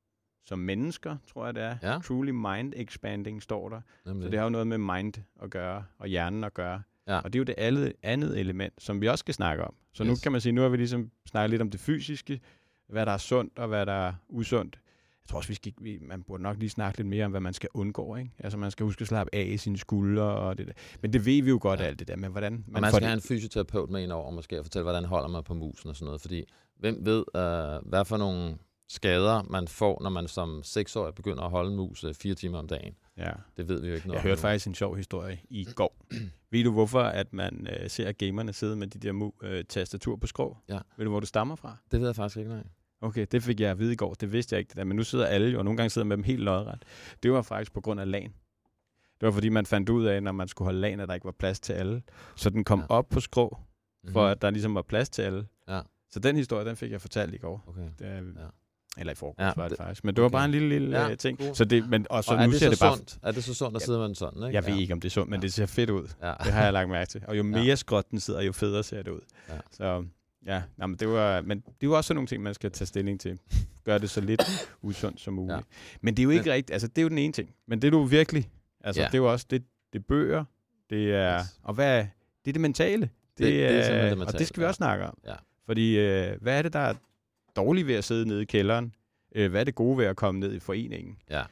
mennesker, tror jeg det er. Ja. Truly mind expanding står der. Nemlig. Så det har jo noget med mind at gøre, og hjernen at gøre. Ja. Og det er jo det andet element, som vi også skal snakke om. Så nu kan man sige, nu har vi ligesom snakket lidt om det fysiske, hvad der er sundt og hvad der er usundt. Jeg tror også, man burde nok lige snakke lidt mere om, hvad man skal undgå, ikke? Altså man skal huske at slappe af i sine skuldre og det der. Men det ved vi jo godt alt det der, men hvordan... Man skal have en fysioterapeut med ind over, og måske fortælle, hvordan holder man på musen og sådan noget. Fordi hvem ved, hvad for nogle skader man får, når man som 6-årig begynder at holde en mus 4 timer om dagen. Ja. Det ved vi jo ikke noget om. Jeg hørte faktisk en sjov historie i går. Ved du, hvorfor at man ser gamerne sidde med de der tastatur på skrå? Ja. Ved du, hvor du stammer fra? Det ved jeg faktisk ikke, nej. Okay, det fik jeg at vide i går. Det vidste jeg ikke, det der. Men nu sidder alle jo, og nogle gange sidder med dem helt lodret. Det var faktisk på grund af LAN. Det var fordi, man fandt ud af, når man skulle holde LAN, at der ikke var plads til alle. Så den kom op på skrå, for at der ligesom var plads til alle. Ja. Så den historie, den fik jeg fortalt i går. Okay. Eller i forgårs var det faktisk. Men det var bare en lille ting. Cool. Så det, og så og nu ser det bare... Sundt? Er det så sundt, at sidder man sådan? Ikke? Jeg ved ikke, om det er sundt, men det ser fedt ud. Ja. Det har jeg lagt mærke til. Og jo mere skråt den sidder, jo federe ser det ud. Ja. Så ja, men det er jo også sådan nogle ting, man skal tage stilling til. Gør det så lidt usundt som muligt. Ja. Men det er jo ikke rigtigt. Altså, det er jo den ene ting. Men det er du virkelig... Altså, det er jo også... Det er bøger. Det er... Og hvad er... Det er det mentale. Det er det mentale. Og det skal vi også snakke om. Ja. Fordi, hvad er det, der er dårligt ved at sidde nede i kælderen? Hvad er det gode ved at komme ned i foreningen? Ja.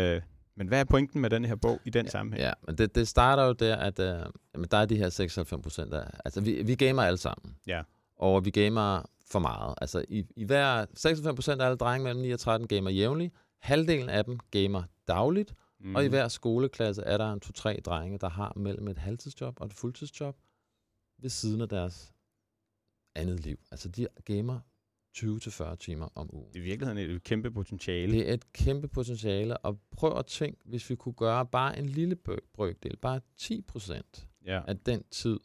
Men hvad er pointen med den her bog i den sammenhæng? Ja, men det starter jo der, at der er de her 96%. Altså, vi gamer alle sammen. Ja. Og vi gamer for meget. Altså, i hver 96% af alle drenge mellem 9 og 13 gamer jævnligt. Halvdelen af dem gamer dagligt. Og i hver skoleklasse er der 2-3 drenge, der har mellem et halvtidsjob og et fuldtidsjob ved siden af deres andet liv. Altså, de gamer 20-40 timer om ugen. Det er i virkeligheden et kæmpe potentiale. Det er et kæmpe potentiale, og prøv at tænke, hvis vi kunne gøre bare en lille brøkdel, bare 10% af den tid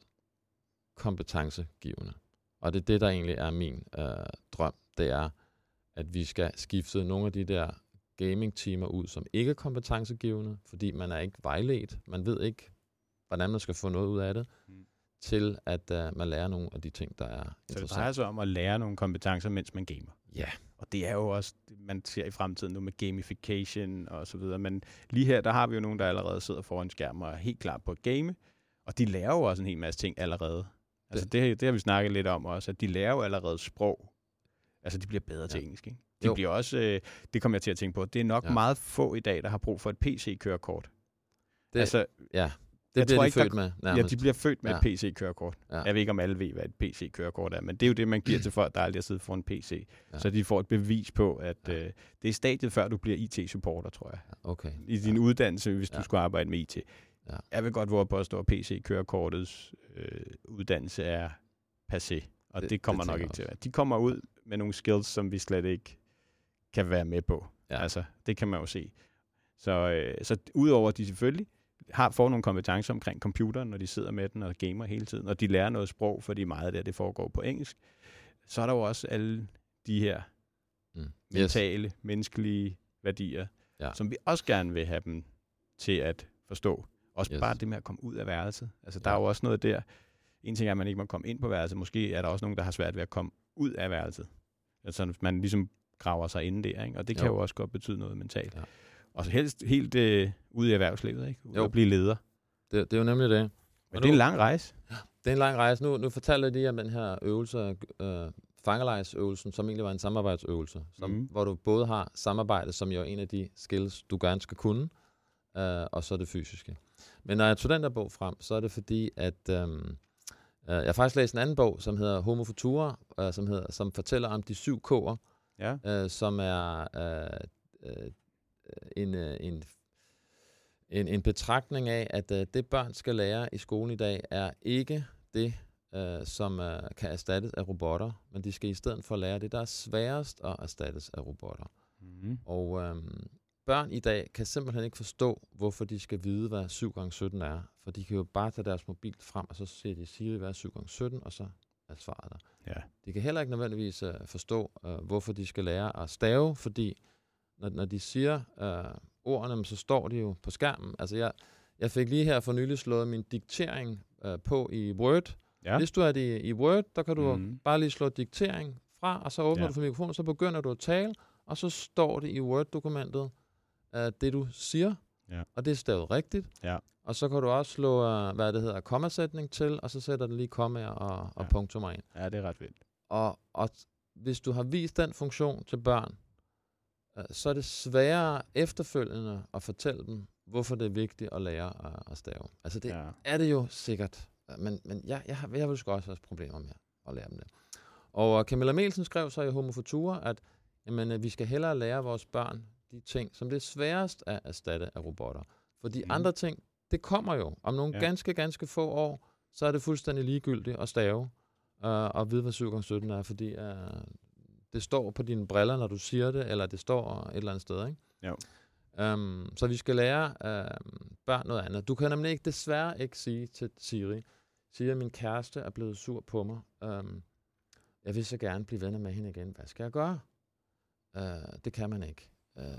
kompetencegivende. Og det er det, der egentlig er min drøm. Det er, at vi skal skifte nogle af de der gaming-timer ud, som ikke er kompetencegivende, fordi man er ikke vejledt. Man ved ikke, hvordan man skal få noget ud af det, til at man lærer nogle af de ting, der er interessante. Så det drejer sig om at lære nogle kompetencer, mens man gamer. Ja. Og det er jo også, man ser i fremtiden nu med gamification og så videre. Men lige her, der har vi jo nogen, der allerede sidder foran skærmen og er helt klar på at game. Og de lærer jo også en hel masse ting allerede. Altså det har vi snakket lidt om også, at de lærer jo allerede sprog. Altså de bliver bedre til engelsk, ikke? De bliver også, det kommer jeg til at tænke på, det er nok meget få i dag, der har brug for et PC-kørekort. Det bliver de født med, Ja, nærmest. de bliver født med et PC-kørekort. Ja. Jeg ved ikke, om alle ved, hvad et PC-kørekort er, men det er jo det, man giver til folk, der aldrig har siddet foran en PC. Ja. Så de får et bevis på, at det er stadiet, før du bliver IT-supporter, tror jeg. Okay. I din uddannelse, hvis du skulle arbejde med IT. Ja. Jeg vil godt våge på at stå, at PC-kørekortets uddannelse er passé, og det kommer nok ikke til at være. De kommer ud med nogle skills, som vi slet ikke kan være med på. Ja. Altså, det kan man jo se. Så udover de selvfølgelig får nogle kompetencer omkring computeren, når de sidder med den og gamer hele tiden, og de lærer noget sprog, fordi meget af det foregår på engelsk, så er der jo også alle de her mentale, menneskelige værdier, som vi også gerne vil have dem til at forstå. Også bare det med at komme ud af værelset. Altså, der er jo også noget der. En ting er, at man ikke må komme ind på værelset. Måske er der også nogen, der har svært ved at komme ud af værelset. Altså, man ligesom graver sig inde der, ikke? Og det kan jo også godt betyde noget mentalt. Ja. Og så helst helt ude i erhvervslivet, ikke? Ude at blive leder. Det er jo nemlig det. Men det er en lang rejse. Ja, det er en lang rejse. Nu fortalte jeg lige om den her øvelse, fangerlejsøvelsen, som egentlig var en samarbejdsøvelse, hvor du både har samarbejde, som jo er en af de skills, du gerne skal kunne, og så det fysiske. Men når jeg tog den der bog frem, så er det fordi, at jeg har faktisk læst en anden bog, som hedder Homo Futura, som fortæller om de 7 K'er, som er en betragtning af, at det børn skal lære i skolen i dag, er ikke det, som kan erstattes af robotter, men de skal i stedet for lære det, der er sværest at erstattes af robotter. Mm-hmm. Og børn i dag kan simpelthen ikke forstå, hvorfor de skal vide, hvad 7x17 er. For de kan jo bare tage deres mobil frem, og så siger de Siri, hvad er 7x17, og så er svaret der. Ja. De kan heller ikke nødvendigvis forstå, hvorfor de skal lære at stave, fordi når de siger ordene, så står de jo på skærmen. Altså jeg fik lige her for nylig slået min diktering på i Word. Ja. Hvis du er det i Word, der kan du bare lige slå diktering fra, og så åbner du for mikrofonen, så begynder du at tale, og så står det i Word-dokumentet, det du siger, og det er stavet rigtigt. Ja. Og så kan du også slå, kommasætning til, og så sætter den lige kommaer og punktummer ind. Ja, det er ret vildt. Og hvis du har vist den funktion til børn, så er det sværere efterfølgende at fortælle dem, hvorfor det er vigtigt at lære at stave. Altså det er det jo sikkert, men jeg vil sgu også have problemer med at lære dem det. Og Camilla Melsen skrev så i Homo Futura, at vi skal hellere lære vores børn de ting, som det er sværest at erstatte af robotter. For de andre ting, det kommer jo. Om nogle ganske få år, så er det fuldstændig ligegyldigt at stave og vide, hvad 7x17 er, fordi det står på dine briller, når du siger det, eller det står et eller andet sted, ikke? Jo. Så vi skal lære børn noget andet. Du kan nemlig desværre ikke sige til Siri, at min kæreste er blevet sur på mig. Jeg vil så gerne blive venner med hende igen. Hvad skal jeg gøre? Det kan man ikke.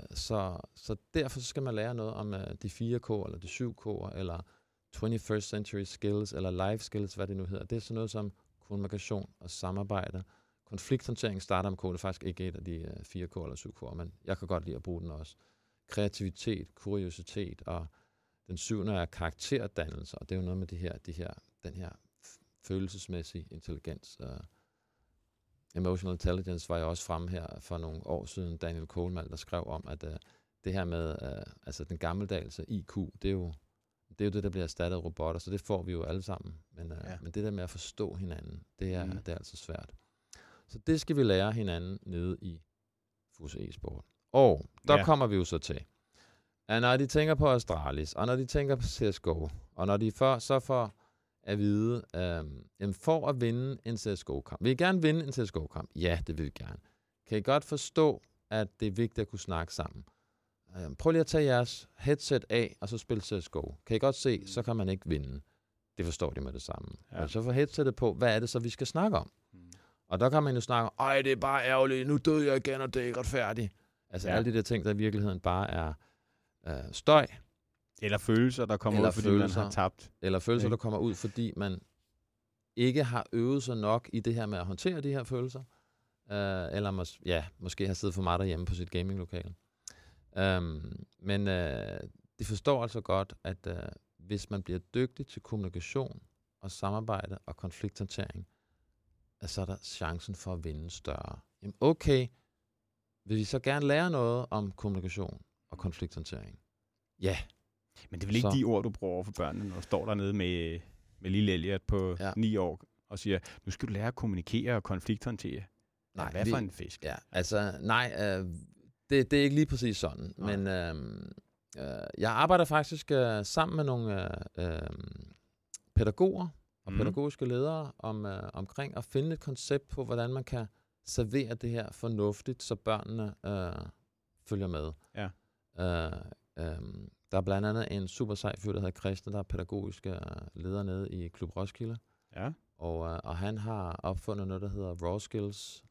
Så derfor skal man lære noget om de 4 K'er, eller de 7 K'er, eller 21st century skills, eller life skills, hvad det nu hedder. Det er sådan noget som kommunikation og samarbejde. Konflikthåndtering starter med K, det er faktisk ikke et af de 4 K'er eller 7 K'er, men jeg kan godt lide at bruge den også. Kreativitet, kuriositet, og den 7. er karakterdannelse, og det er jo noget med den her følelsesmæssige intelligens. Emotional intelligence var jo også fremme her for nogle år siden, Daniel Kahneman, der skrev om, at det her med den gammeldags IQ, det er jo det, der bliver erstattet af robotter, så det får vi jo alle sammen. Men det der med at forstå hinanden, det er altså svært. Så det skal vi lære hinanden nede i FUS e-sport. Og der kommer vi jo så til, at når de tænker på Astralis, og når de tænker på CSGO, og når de så får at vide, for at vinde en CSGO-kamp. Vil I gerne vinde en CSGO-kamp? Ja, det vil vi gerne. Kan I godt forstå, at det er vigtigt at kunne snakke sammen? Prøv lige at tage jeres headset af, og så spille CSGO. Kan I godt se, så kan man ikke vinde. Det forstår de med det samme. Ja. Så få headsetet på, hvad er det så, vi skal snakke om? Og der kan man jo snakke om, det er bare ærgerligt, nu døde jeg igen, og det er ikke retfærdigt. Altså alle de der ting, der i virkeligheden bare er støj. Eller følelser, der kommer ud, fordi man har tabt. Eller følelser, der kommer ud, fordi man ikke har øvet sig nok i det her med at håndtere de her følelser. Eller måske har siddet for meget derhjemme på sit gaminglokale. Men de forstår altså godt, at hvis man bliver dygtig til kommunikation og samarbejde og konflikthåndtering, så er der chancen for at vinde større. Jamen okay, vil de så gerne lære noget om kommunikation og konflikthåndtering? Ja. Men det er vel ikke de ord, du bruger over for børnene, når du står dernede med lille Elliot på 9 år og siger, nu skal du lære at kommunikere og konflikthåndtere. Nej, hvad for en fisk? Ja, altså nej, det er ikke lige præcis sådan. Nej. Men jeg arbejder faktisk sammen med nogle pædagoger og pædagogiske ledere omkring at finde et koncept på, hvordan man kan servere det her fornuftigt, så børnene følger med. Ja. Der er blandt andet en super sej fyr, der hedder Christian, der er pædagogisk leder nede i Klub Roskilde. Ja. Og han har opfundet noget, der hedder Raw Skills,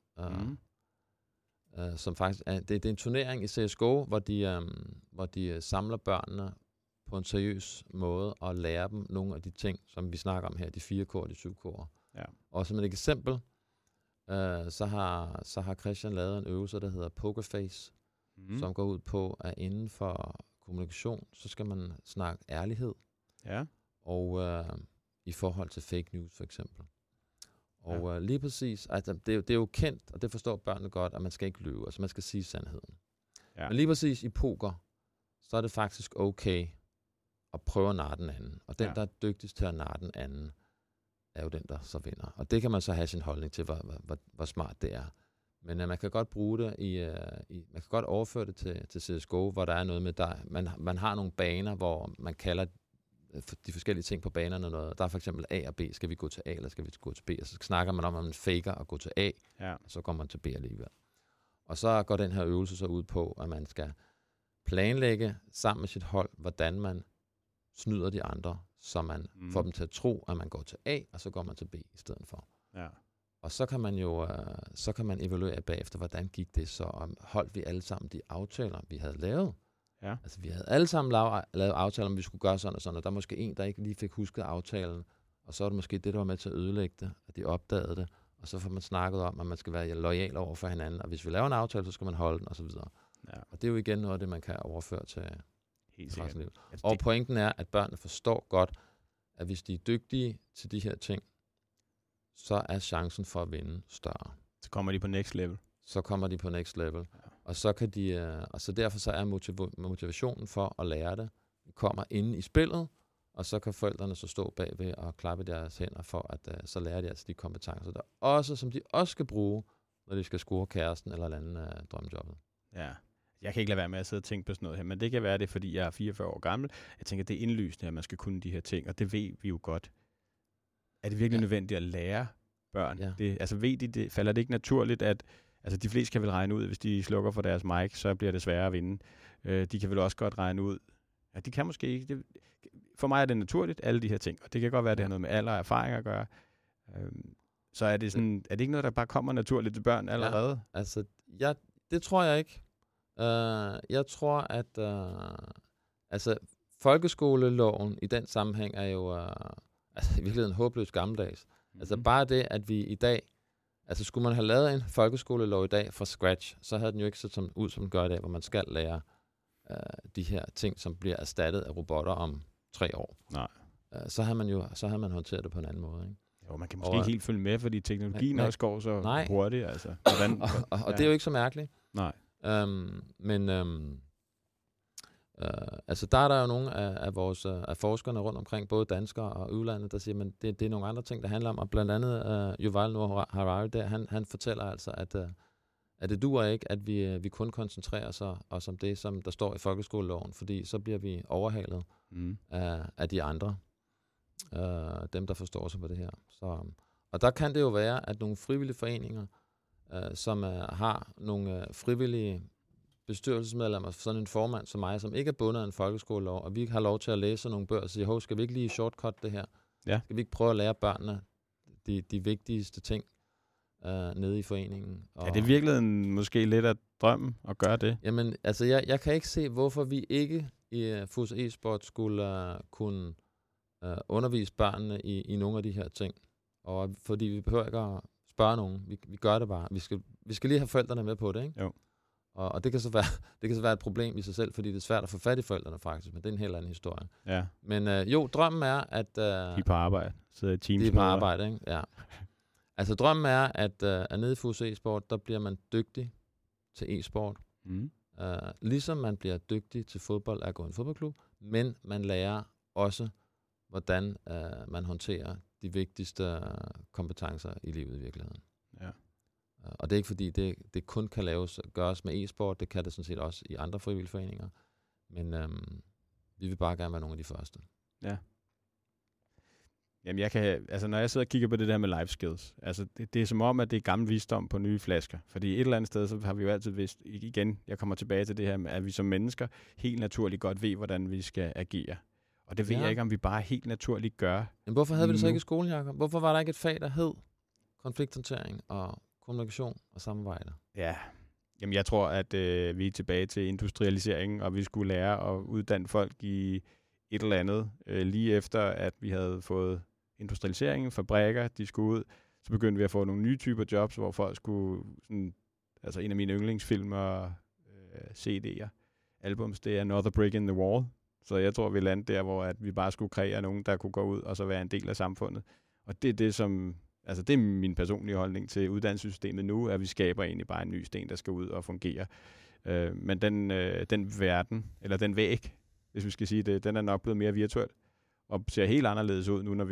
som faktisk det er en turnering i CSGO, hvor de samler børnene på en seriøs måde og lærer dem nogle af de ting, som vi snakker om her, de 4K'er og de 7K'er. Ja. Og som et eksempel, så har Christian lavet en øvelse, der hedder Pokerface, som går ud på, at inden for kommunikation, så skal man snakke ærlighed. Ja. Og i forhold til fake news for eksempel. Og lige præcis, altså det er jo kendt, og det forstår børnene godt, at man skal ikke lyve, altså man skal sige sandheden. Ja. Men lige præcis i poker, så er det faktisk okay at prøve at narre den anden. Og den, der er dygtigst til at narre den anden, er jo den, der så vinder. Og det kan man så have sin holdning til, hvor smart det er. Men man kan godt bruge det man kan godt overføre det til CSGO, hvor der er noget med, man har nogle baner, hvor man kalder de forskellige ting på banerne noget. Der er for eksempel A og B. Skal vi gå til A, eller skal vi gå til B? Og så snakker man om, at man faker at gå til A, og så går man til B alligevel. Og så går den her øvelse så ud på, at man skal planlægge sammen med sit hold, hvordan man snyder de andre, så man får dem til at tro, at man går til A, og så går man til B i stedet for. Ja. Og så kan man jo evaluere bagefter, hvordan gik det så, og holdt vi alle sammen de aftaler, vi havde lavet. Ja. Altså, vi havde alle sammen lavet aftaler, om vi skulle gøre sådan og sådan, og der er måske en, der ikke lige fik husket aftalen, og så er det måske det, der var med til at ødelægge det, at de opdagede det, og så får man snakket om, at man skal være loyal over for hinanden, og hvis vi laver en aftale, så skal man holde den, og så videre. Ja. Og det er jo igen noget af det, man kan overføre til resten af livet. Og pointen er, at børnene forstår godt, at hvis de er dygtige til de her ting, så er chancen for at vinde større. Så kommer de på next level. Ja. Og så kan de, og så derfor så er motivationen for at lære det, kommer inde i spillet, og så kan forældrene så stå bagved og klappe deres hænder for, at så lærer de altså de kompetencer, der også, som de også skal bruge, når de skal score kæresten eller lande drømmejobbet. Ja, jeg kan ikke lade være med at sidde og tænke på sådan noget her, men det kan være det, fordi jeg er 44 år gammel. Jeg tænker, det er indlysende, at man skal kunne de her ting, og det ved vi jo godt. Er det virkelig nødvendigt at lære børn? Ja. Altså ved de det? Falder det ikke naturligt, at altså de fleste kan vel regne ud, hvis de slukker for deres mic, så bliver det sværere at vinde. De kan vel også godt regne ud. Ja, de kan måske ikke. For mig er det naturligt, alle de her ting. Og det kan godt være, at det har noget med alder og erfaring at gøre. Så er det sådan, er det ikke noget, der bare kommer naturligt til børn allerede? Ja, altså, det tror jeg ikke. Jeg tror, at altså, folkeskoleloven i den sammenhæng er jo i virkeligheden håbløst gammeldags. Altså bare det, at vi i dag, altså skulle man have lavet en folkeskolelov i dag fra scratch, så havde den jo ikke set ud, som den gør i dag, hvor man skal lære de her ting, som bliver erstattet af robotter om 3 år. Nej. Så har man håndteret det på en anden måde, ikke? Jo, man kan måske ikke helt følge med, fordi teknologien også går så hurtigt. Altså. Hvordan, og det er jo ikke så mærkeligt. Nej. Altså der er der jo nogle af forskerne rundt omkring, både danskere og udlandet, der siger, at det er nogle andre ting, der handler om, og blandt andet Yuval Noah Harari, der, han fortæller altså, at det duer ikke, at vi kun koncentrerer os om det, som der står i folkeskoleloven, fordi så bliver vi overhalet af de andre, dem der forstår sig på det her. Og der kan det jo være, at nogle frivillige foreninger, som har nogle frivillige bestyrelsesmedlemmer, sådan en formand som mig, som ikke er bundet af en folkeskolelov, og vi har lov til at læse nogle bøger og sige, skal vi ikke lige shortcut det her? Ja. Skal vi ikke prøve at lære børnene de vigtigste ting nede i foreningen? Og er det virkelig måske lidt af drømmen at gøre det? Jamen, altså jeg kan ikke se, hvorfor vi ikke i Fusse e-sport skulle kunne undervise børnene i nogle af de her ting. Og fordi vi behøver ikke at spørge nogen. Vi gør det bare. Vi skal lige have forældrene med på det, ikke? Jo. Og det kan så være et problem i sig selv, fordi det er svært at få fat i forældrene faktisk, men det er en helt anden historie. Ja. Men drømmen er, at de er på arbejde. Sidder i teams. De er på arbejde, ikke? Ja. Altså drømmen er, at nede i Fusse e-sport, der bliver man dygtig til e-sport. Ligesom man bliver dygtig til fodbold af at gå i en fodboldklub, men man lærer også, hvordan man håndterer de vigtigste kompetencer i livet i virkeligheden. Ja. Og det er ikke fordi, det kun kan gøres med e-sport, det kan det sådan set også i andre frivillige foreninger. Men vi vil bare gerne være nogle af de første. Ja. Jamen når jeg sidder og kigger på det der med life skills, altså det er som om, at det er gammel visdom på nye flasker. Fordi et eller andet sted, så har vi jo altid vidst, igen, jeg kommer tilbage til det her med, at vi som mennesker helt naturligt godt ved, hvordan vi skal agere. Og det ved jeg ikke, om vi bare helt naturligt gør. Men hvorfor havde vi det så ikke i skolen, Jacob? Hvorfor var der ikke et fag, der hed konflikthåndtering og kommunikation og samarbejde? Ja, jamen jeg tror, at vi er tilbage til industrialiseringen, og vi skulle lære at uddanne folk i et eller andet. Lige efter, at vi havde fået industrialiseringen, fabrikker, de skulle ud, så begyndte vi at få nogle nye typer jobs, hvor folk skulle, sådan, altså en af mine yndlingsfilmer, CD'er, albums, det er Another Brick in the Wall. Så jeg tror, vi landede der, hvor at vi bare skulle kreere nogen, der kunne gå ud og så være en del af samfundet. Og det er det, som, altså det er min personlige holdning til uddannelsessystemet nu, at vi skaber egentlig bare en ny sten, der skal ud og fungere. Men den verden, eller den væg, hvis vi skal sige det, den er nok blevet mere virtuel og ser helt anderledes ud nu, når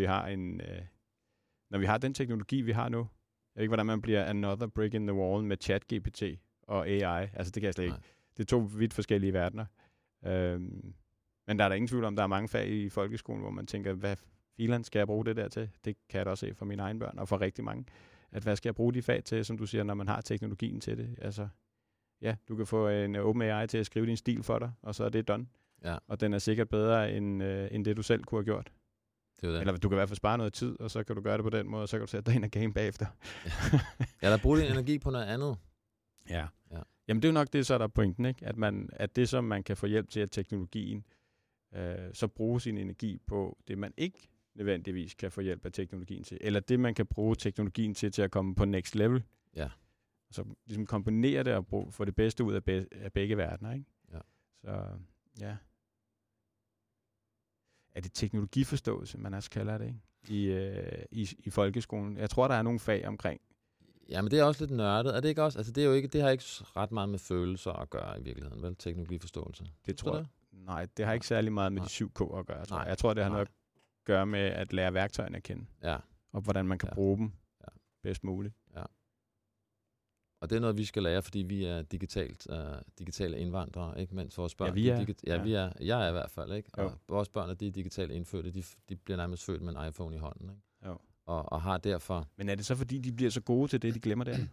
vi har den teknologi, vi har nu. Jeg ved ikke, hvordan man bliver another brick in the wall med ChatGPT og AI. Altså, det kan jeg slet ikke. Det er 2 vidt forskellige verdener. Men der er der ingen tvivl om, der er mange fag i folkeskolen, hvor man tænker, hvad filan skal jeg bruge det der til? Det kan jeg da også se for mine egne børn, og for rigtig mange. At hvad skal jeg bruge de fag til, som du siger, når man har teknologien til det? Altså, ja, du kan få en OpenAI til at skrive din stil for dig, og så er det done. Ja. Og den er sikkert bedre, end det du selv kunne have gjort. Det det. Eller du kan i hvert fald spare noget tid, og så kan du gøre det på den måde, og så kan du sætte dig ind og game bagefter. Ja, der bruger din energi på noget andet. Ja. Jamen det er jo nok det, så er der pointen, ikke? At det, som man kan få hjælp til, at teknologien så bruge sin energi på det, man ikke nødvendigvis kan få hjælp af teknologien til, eller det, man kan bruge teknologien til at komme på next level. Ja. Så ligesom kombinere det og få det bedste ud af begge verdener, ikke? Ja. Så ja. Er det teknologiforståelse, man også kalder det, ikke? I folkeskolen? Jeg tror, der er nogle fag omkring. Ja, men det er også lidt nørdet. Er det ikke også? Altså, det har ikke ret meget med følelser at gøre i virkeligheden, vel? Teknologiforståelse. Det tror jeg. Nej, det har ikke særlig meget med de 7 K'er at gøre. Tror jeg. Jeg tror, det har noget at gøre med at lære værktøjerne at kende. Ja. Og hvordan man kan bruge dem bedst muligt. Ja. Og det er noget, vi skal lære, fordi vi er digitale indvandrere, ikke? Mens vores børn... Jeg er i hvert fald, ikke? Og vores børn er digitale indfødte. De bliver nærmest født med en iPhone i hånden, ikke? Jo. Og har derfor... Men er det så, fordi de bliver så gode til det, de glemmer det?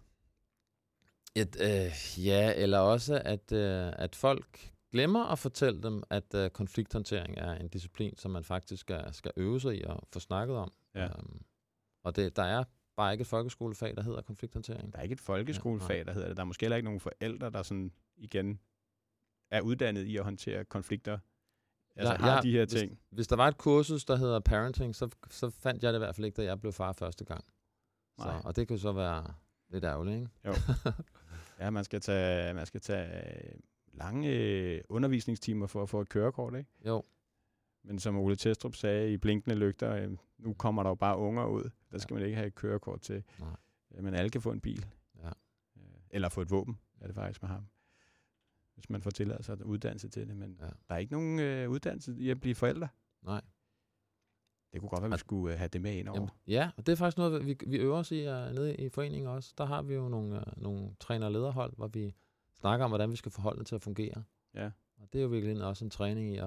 Ja, eller også, at folk glemmer at fortælle dem, at konflikthåndtering er en disciplin, som man faktisk skal øve sig i og få snakket om. Ja. Og der er bare ikke et folkeskolefag, der hedder konflikthåndtering. Der er ikke et folkeskolefag, der hedder det. Der er måske heller ikke nogen forældre, der sådan igen er uddannet i at håndtere konflikter. Altså har de her ting. Hvis der var et kursus, der hedder parenting, så fandt jeg det i hvert fald ikke, da jeg blev far første gang. Og det kan så være lidt ærgerligt, ikke? Jo. Ja, man skal tage lange undervisningstimer for at få et kørekort, ikke? Jo. Men som Ole Testrup sagde i Blinkende Lygter, nu kommer der jo bare unger ud. Der skal man ikke have et kørekort til. Nej. Men alle kan få en bil. Ja. Eller få et våben, er det faktisk med ham. Hvis man får tilladelse at uddannelse til det. Men der er ikke nogen uddannelse i at blive forældre. Nej. Det kunne godt være, at vi skulle have det med ind over. Jamen, ja, og det er faktisk noget, vi øver os i nede i foreningen også. Der har vi jo nogle træner- og lederhold, hvor vi snakker om, hvordan vi skal forholde det til at fungere. Ja. Og det er jo virkelig også en træning i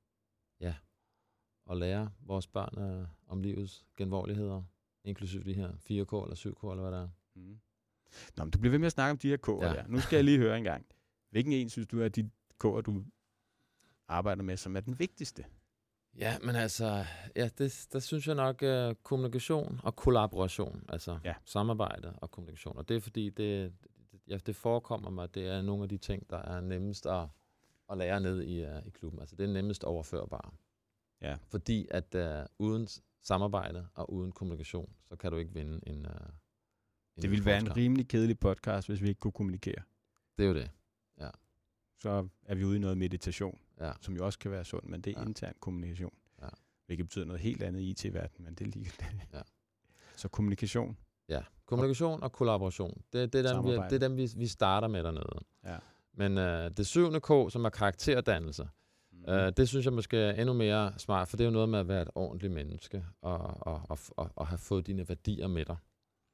at lære vores børn om livets genvorligheder, inklusive de her 4K eller 7K, eller hvad der er. Mm. Nå, men du bliver ved med at snakke om de her K'er der. Nu skal jeg lige høre en gang. Hvilken en synes du er de K'er, du arbejder med, som er den vigtigste? Ja, men altså, der synes jeg nok kommunikation og kollaboration, altså samarbejde og kommunikation. Og det er fordi, det forekommer mig, at det er nogle af de ting, der er nemmest at lære ned i klubben. Altså det er nemmest overførbare. Ja. Fordi at uden samarbejde og uden kommunikation, så kan du ikke vinde en det ville være en rimelig kedelig podcast, hvis vi ikke kunne kommunikere. Det er jo det, ja. Så er vi ude i noget meditation, som jo også kan være sundt, men det er intern kommunikation. Ja. Hvilket betyder noget helt andet i IT-verdenen, men det er lige det. Ja. Så kommunikation. Ja, kommunikation og kollaboration. Det er dem, vi starter med dernede. Ja. Men det 7. K, som er karakterdannelse, det synes jeg måske er endnu mere smart, for det er jo noget med at være et ordentligt menneske, og have fået dine værdier med dig.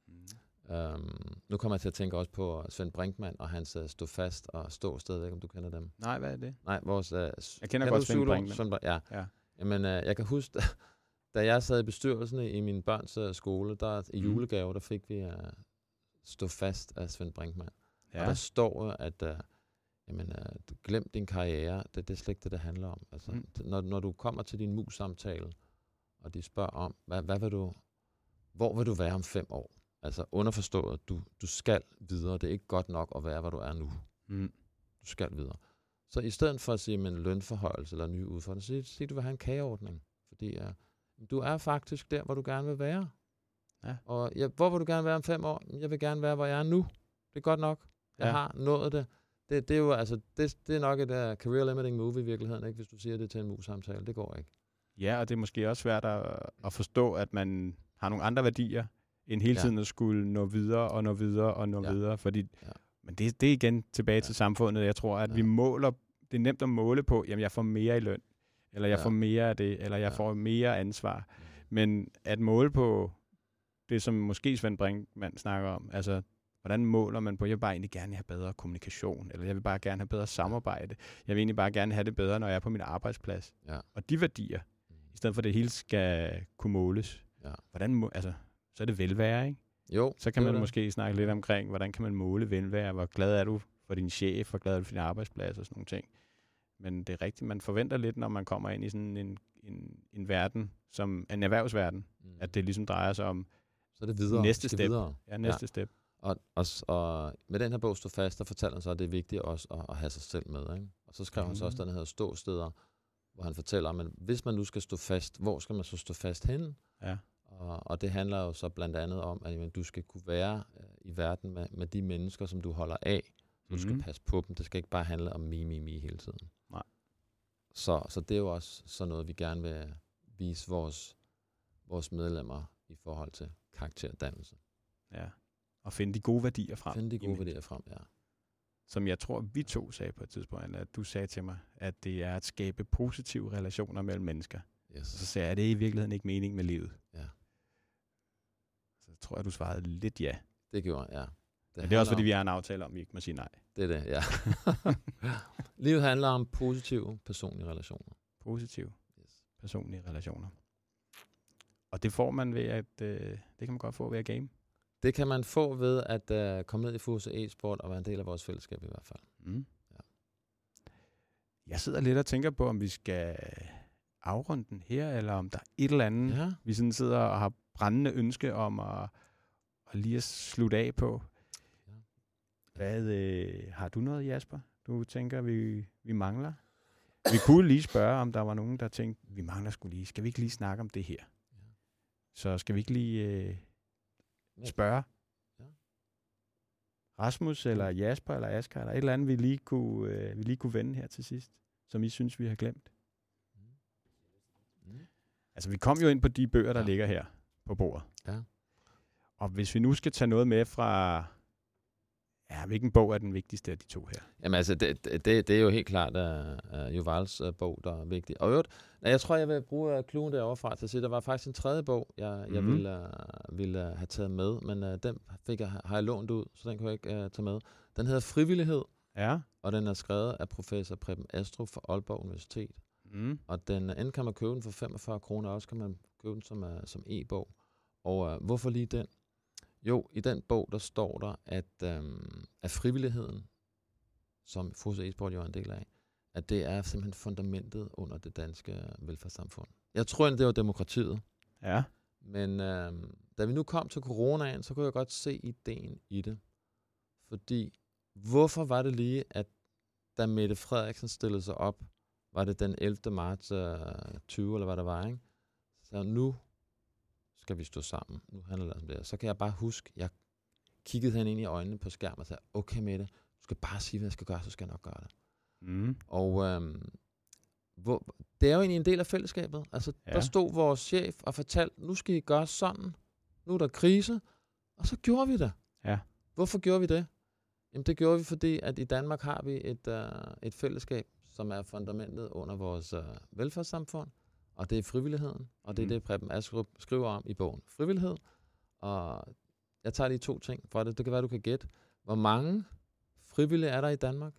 Nu kommer jeg til at tænke også på Svend Brinkmann og hans stå fast og stå stadigvæk, om du kender dem. Nej, hvad er det? Nej, vores... jeg kender godt Svend Brinkmann. Ja. Jamen, jeg kan huske, da jeg sad i bestyrelsen i min børns skole, der i julegave, der fik vi stå fast af Svend Brinkmann. Ja. Og der står, at glem din karriere, det er slet ikke det handler om. Altså, når du kommer til din mus-samtale, og de spørger om, hvor vil du være om 5 år? Altså underforstået, du skal videre. Det er ikke godt nok at være, hvor du er nu. Du skal videre. Så i stedet for at sige en lønforhøjelse eller en ny udfordring, så sig du vil have en kageordning. Fordi du er faktisk der, hvor du gerne vil være. Ja. Og hvor vil du gerne være om 5 år? Jeg vil gerne være, hvor jeg er nu. Det er godt nok. Jeg har nået det. Det er jo altså, det er nok et career limiting move i virkeligheden, ikke? Hvis du siger det til en mus-samtale. Det går ikke. Ja, og det er måske også svært at forstå, at man har nogle andre værdier, end hele tiden at skulle nå videre og nå videre og nå videre. Fordi, men det er igen tilbage til samfundet. Jeg tror, at vi måler, det er nemt at måle på, jamen jeg får mere i løn, eller jeg får mere af det, eller jeg får mere ansvar. Men at måle på det, som måske Svend Brinkmann snakker om, altså hvordan måler man på, jeg vil bare egentlig gerne have bedre kommunikation, eller jeg vil bare gerne have bedre samarbejde, jeg vil egentlig bare gerne have det bedre, når jeg er på min arbejdsplads. Ja. Og de værdier, i stedet for at det hele skal kunne måles, hvordan, så er det velvære, ikke? Jo. Så kan man måske snakke lidt omkring, hvordan kan man måle velvære, hvor glad er du for din chef, hvor glad er du for din arbejdsplads og sådan nogle ting. Men det er rigtigt, man forventer lidt, når man kommer ind i sådan en verden, som en erhvervsverden, at det ligesom drejer sig om så er det videre. Næste step. Ja, næste step. Og med den her bog Stå Fast, der fortæller han så, at det er vigtigt også at have sig selv med. Ikke? Og så skrev han så også den her Ståsteder, hvor han fortæller om, at hvis man nu skal stå fast, hvor skal man så stå fast henne? Ja. Og det handler jo så blandt andet om, at du skal kunne være i verden med de mennesker, som du holder af. Du skal passe på dem. Det skal ikke bare handle om me hele tiden. Nej. Så det er jo også sådan noget, vi gerne vil vise vores medlemmer i forhold til karakterdannelse. Ja. Og finde de gode værdier frem. Finde de gode værdier frem, ja. Som jeg tror, vi to sagde på et tidspunkt, at du sagde til mig, at det er at skabe positive relationer mellem mennesker. Yes. Så sagde jeg, at det er i virkeligheden ikke mening med livet. Ja. Så tror jeg, du svarede lidt ja. Det gjorde jeg, ja. Men det er også, fordi vi har en aftale om, at vi ikke må sige nej. Det er det, ja. Livet handler om positive personlige relationer. Positive personlige relationer. Og det får man ved at, det kan man godt få ved at game. Det kan man få ved at komme ned i Fusse e-sport og være en del af vores fællesskab i hvert fald. Ja. Jeg sidder lidt og tænker på, om vi skal afrunde den her, eller om der er et eller andet, vi sådan sidder og har brændende ønske om at lige at slutte af på. Ja. Hvad, har du noget, Jasper, du tænker, vi mangler? Vi kunne lige spørge, om der var nogen, der tænkte, vi mangler sgu lige. Skal vi ikke lige snakke om det her? Ja. Så skal vi ikke lige spørge Rasmus, eller Jasper, eller Asger, eller et eller andet, vi lige kunne vende her til sidst, som I synes, vi har glemt? Altså, vi kom jo ind på de bøger, der ligger her på bordet. Ja. Og hvis vi nu skal tage noget med fra... Ja, hvilken bog er den vigtigste af de to her? Jamen altså, det er jo helt klart Juvals bog, der er vigtig. Og jeg tror, jeg vil bruge kluen derovre fra til at sige, der var faktisk en tredje bog, jeg ville have taget med, men den har jeg lånt ud, så den kunne jeg ikke tage med. Den hedder Frivillighed, og den er skrevet af professor Preben Astrup fra Aalborg Universitet. Og enten kan man købe den for 45 kroner, også kan man købe den som e-bog. Og hvorfor lige den? Jo, i den bog, der står der, at frivilligheden, som Fusse e-sport jo er en del af, at det er simpelthen fundamentet under det danske velfærdssamfund. Jeg tror, det var demokratiet. Ja. Men da vi nu kom til coronaen, så kunne jeg godt se ideen i det. Fordi, hvorfor var det lige, at da Mette Frederiksen stillede sig op, var det den 11. marts 20, eller hvad der var, ikke? Så nu skal vi stå sammen. Nu handler det om det. Så kan jeg bare huske, jeg kiggede hende ind i øjnene på skærmen og sagde, okay Mette, du skal bare sige, hvad jeg skal gøre, så skal jeg nok gøre det. Og det er jo egentlig en del af fællesskabet. Altså, der stod vores chef og fortalte, nu skal I gøre sådan, nu er der krise, Og så gjorde vi det. Ja. Hvorfor gjorde vi det? Jamen det gjorde vi, fordi at i Danmark har vi et fællesskab, som er fundamentet under vores velfærdssamfund, og det er frivilligheden, og det er det, Preben Askrup skriver om i bogen. Frivillighed, og jeg tager lige 2 ting for det. Det kan være, du kan gætte. Hvor mange frivillige er der i Danmark?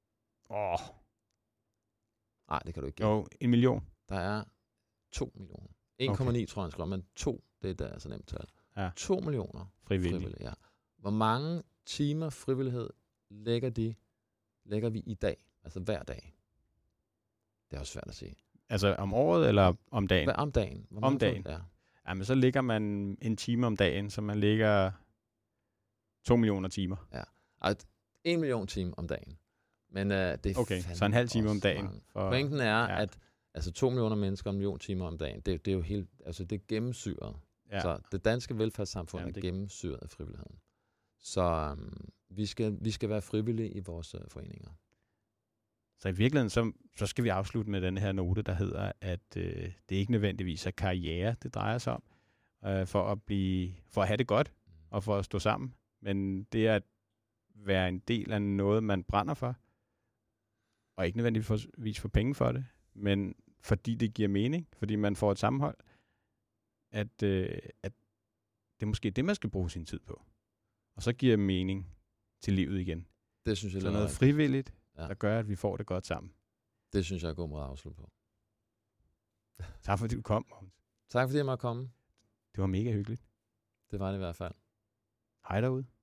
Nej, det kan du ikke gætte. Jo, 1 million. Der er 2 millioner. 1,9 tror jeg, han skriver, men 2, det er så nemt tal. Ja. 2 millioner frivillige. Ja. Hvor mange timer frivillighed lægger vi i dag? Altså hver dag? Det er også svært at sige. Altså om året eller om dagen? Om dagen. Om dagen? Ja. Jamen, så ligger man 1 time om dagen, så man ligger 2 millioner timer. Ja, altså 1 million timer om dagen. Men det er okay, så en halv time om dagen. Pointen er, at altså 2 millioner mennesker, 1 million timer om dagen, det er jo helt, altså det er gennemsyret. Ja. Så det danske velfærdssamfund er gennemsyret af frivilligheden. Så vi skal være frivillige i vores foreninger. Så i virkeligheden, så skal vi afslutte med den her note, der hedder, at det ikke nødvendigvis er karriere, det drejer sig om, for at have det godt, og for at stå sammen. Men det er at være en del af noget, man brænder for, og ikke nødvendigvis få penge for det, men fordi det giver mening, fordi man får et sammenhold, at det er måske det, man skal bruge sin tid på. Og så giver mening til livet igen. Det synes jeg, så noget frivilligt, der gør, at vi får det godt sammen. Det synes jeg er god måde at afslutte på. Tak fordi du kom. Tak fordi jeg måtte komme. Det var mega hyggeligt. Det var det i hvert fald. Hej derude.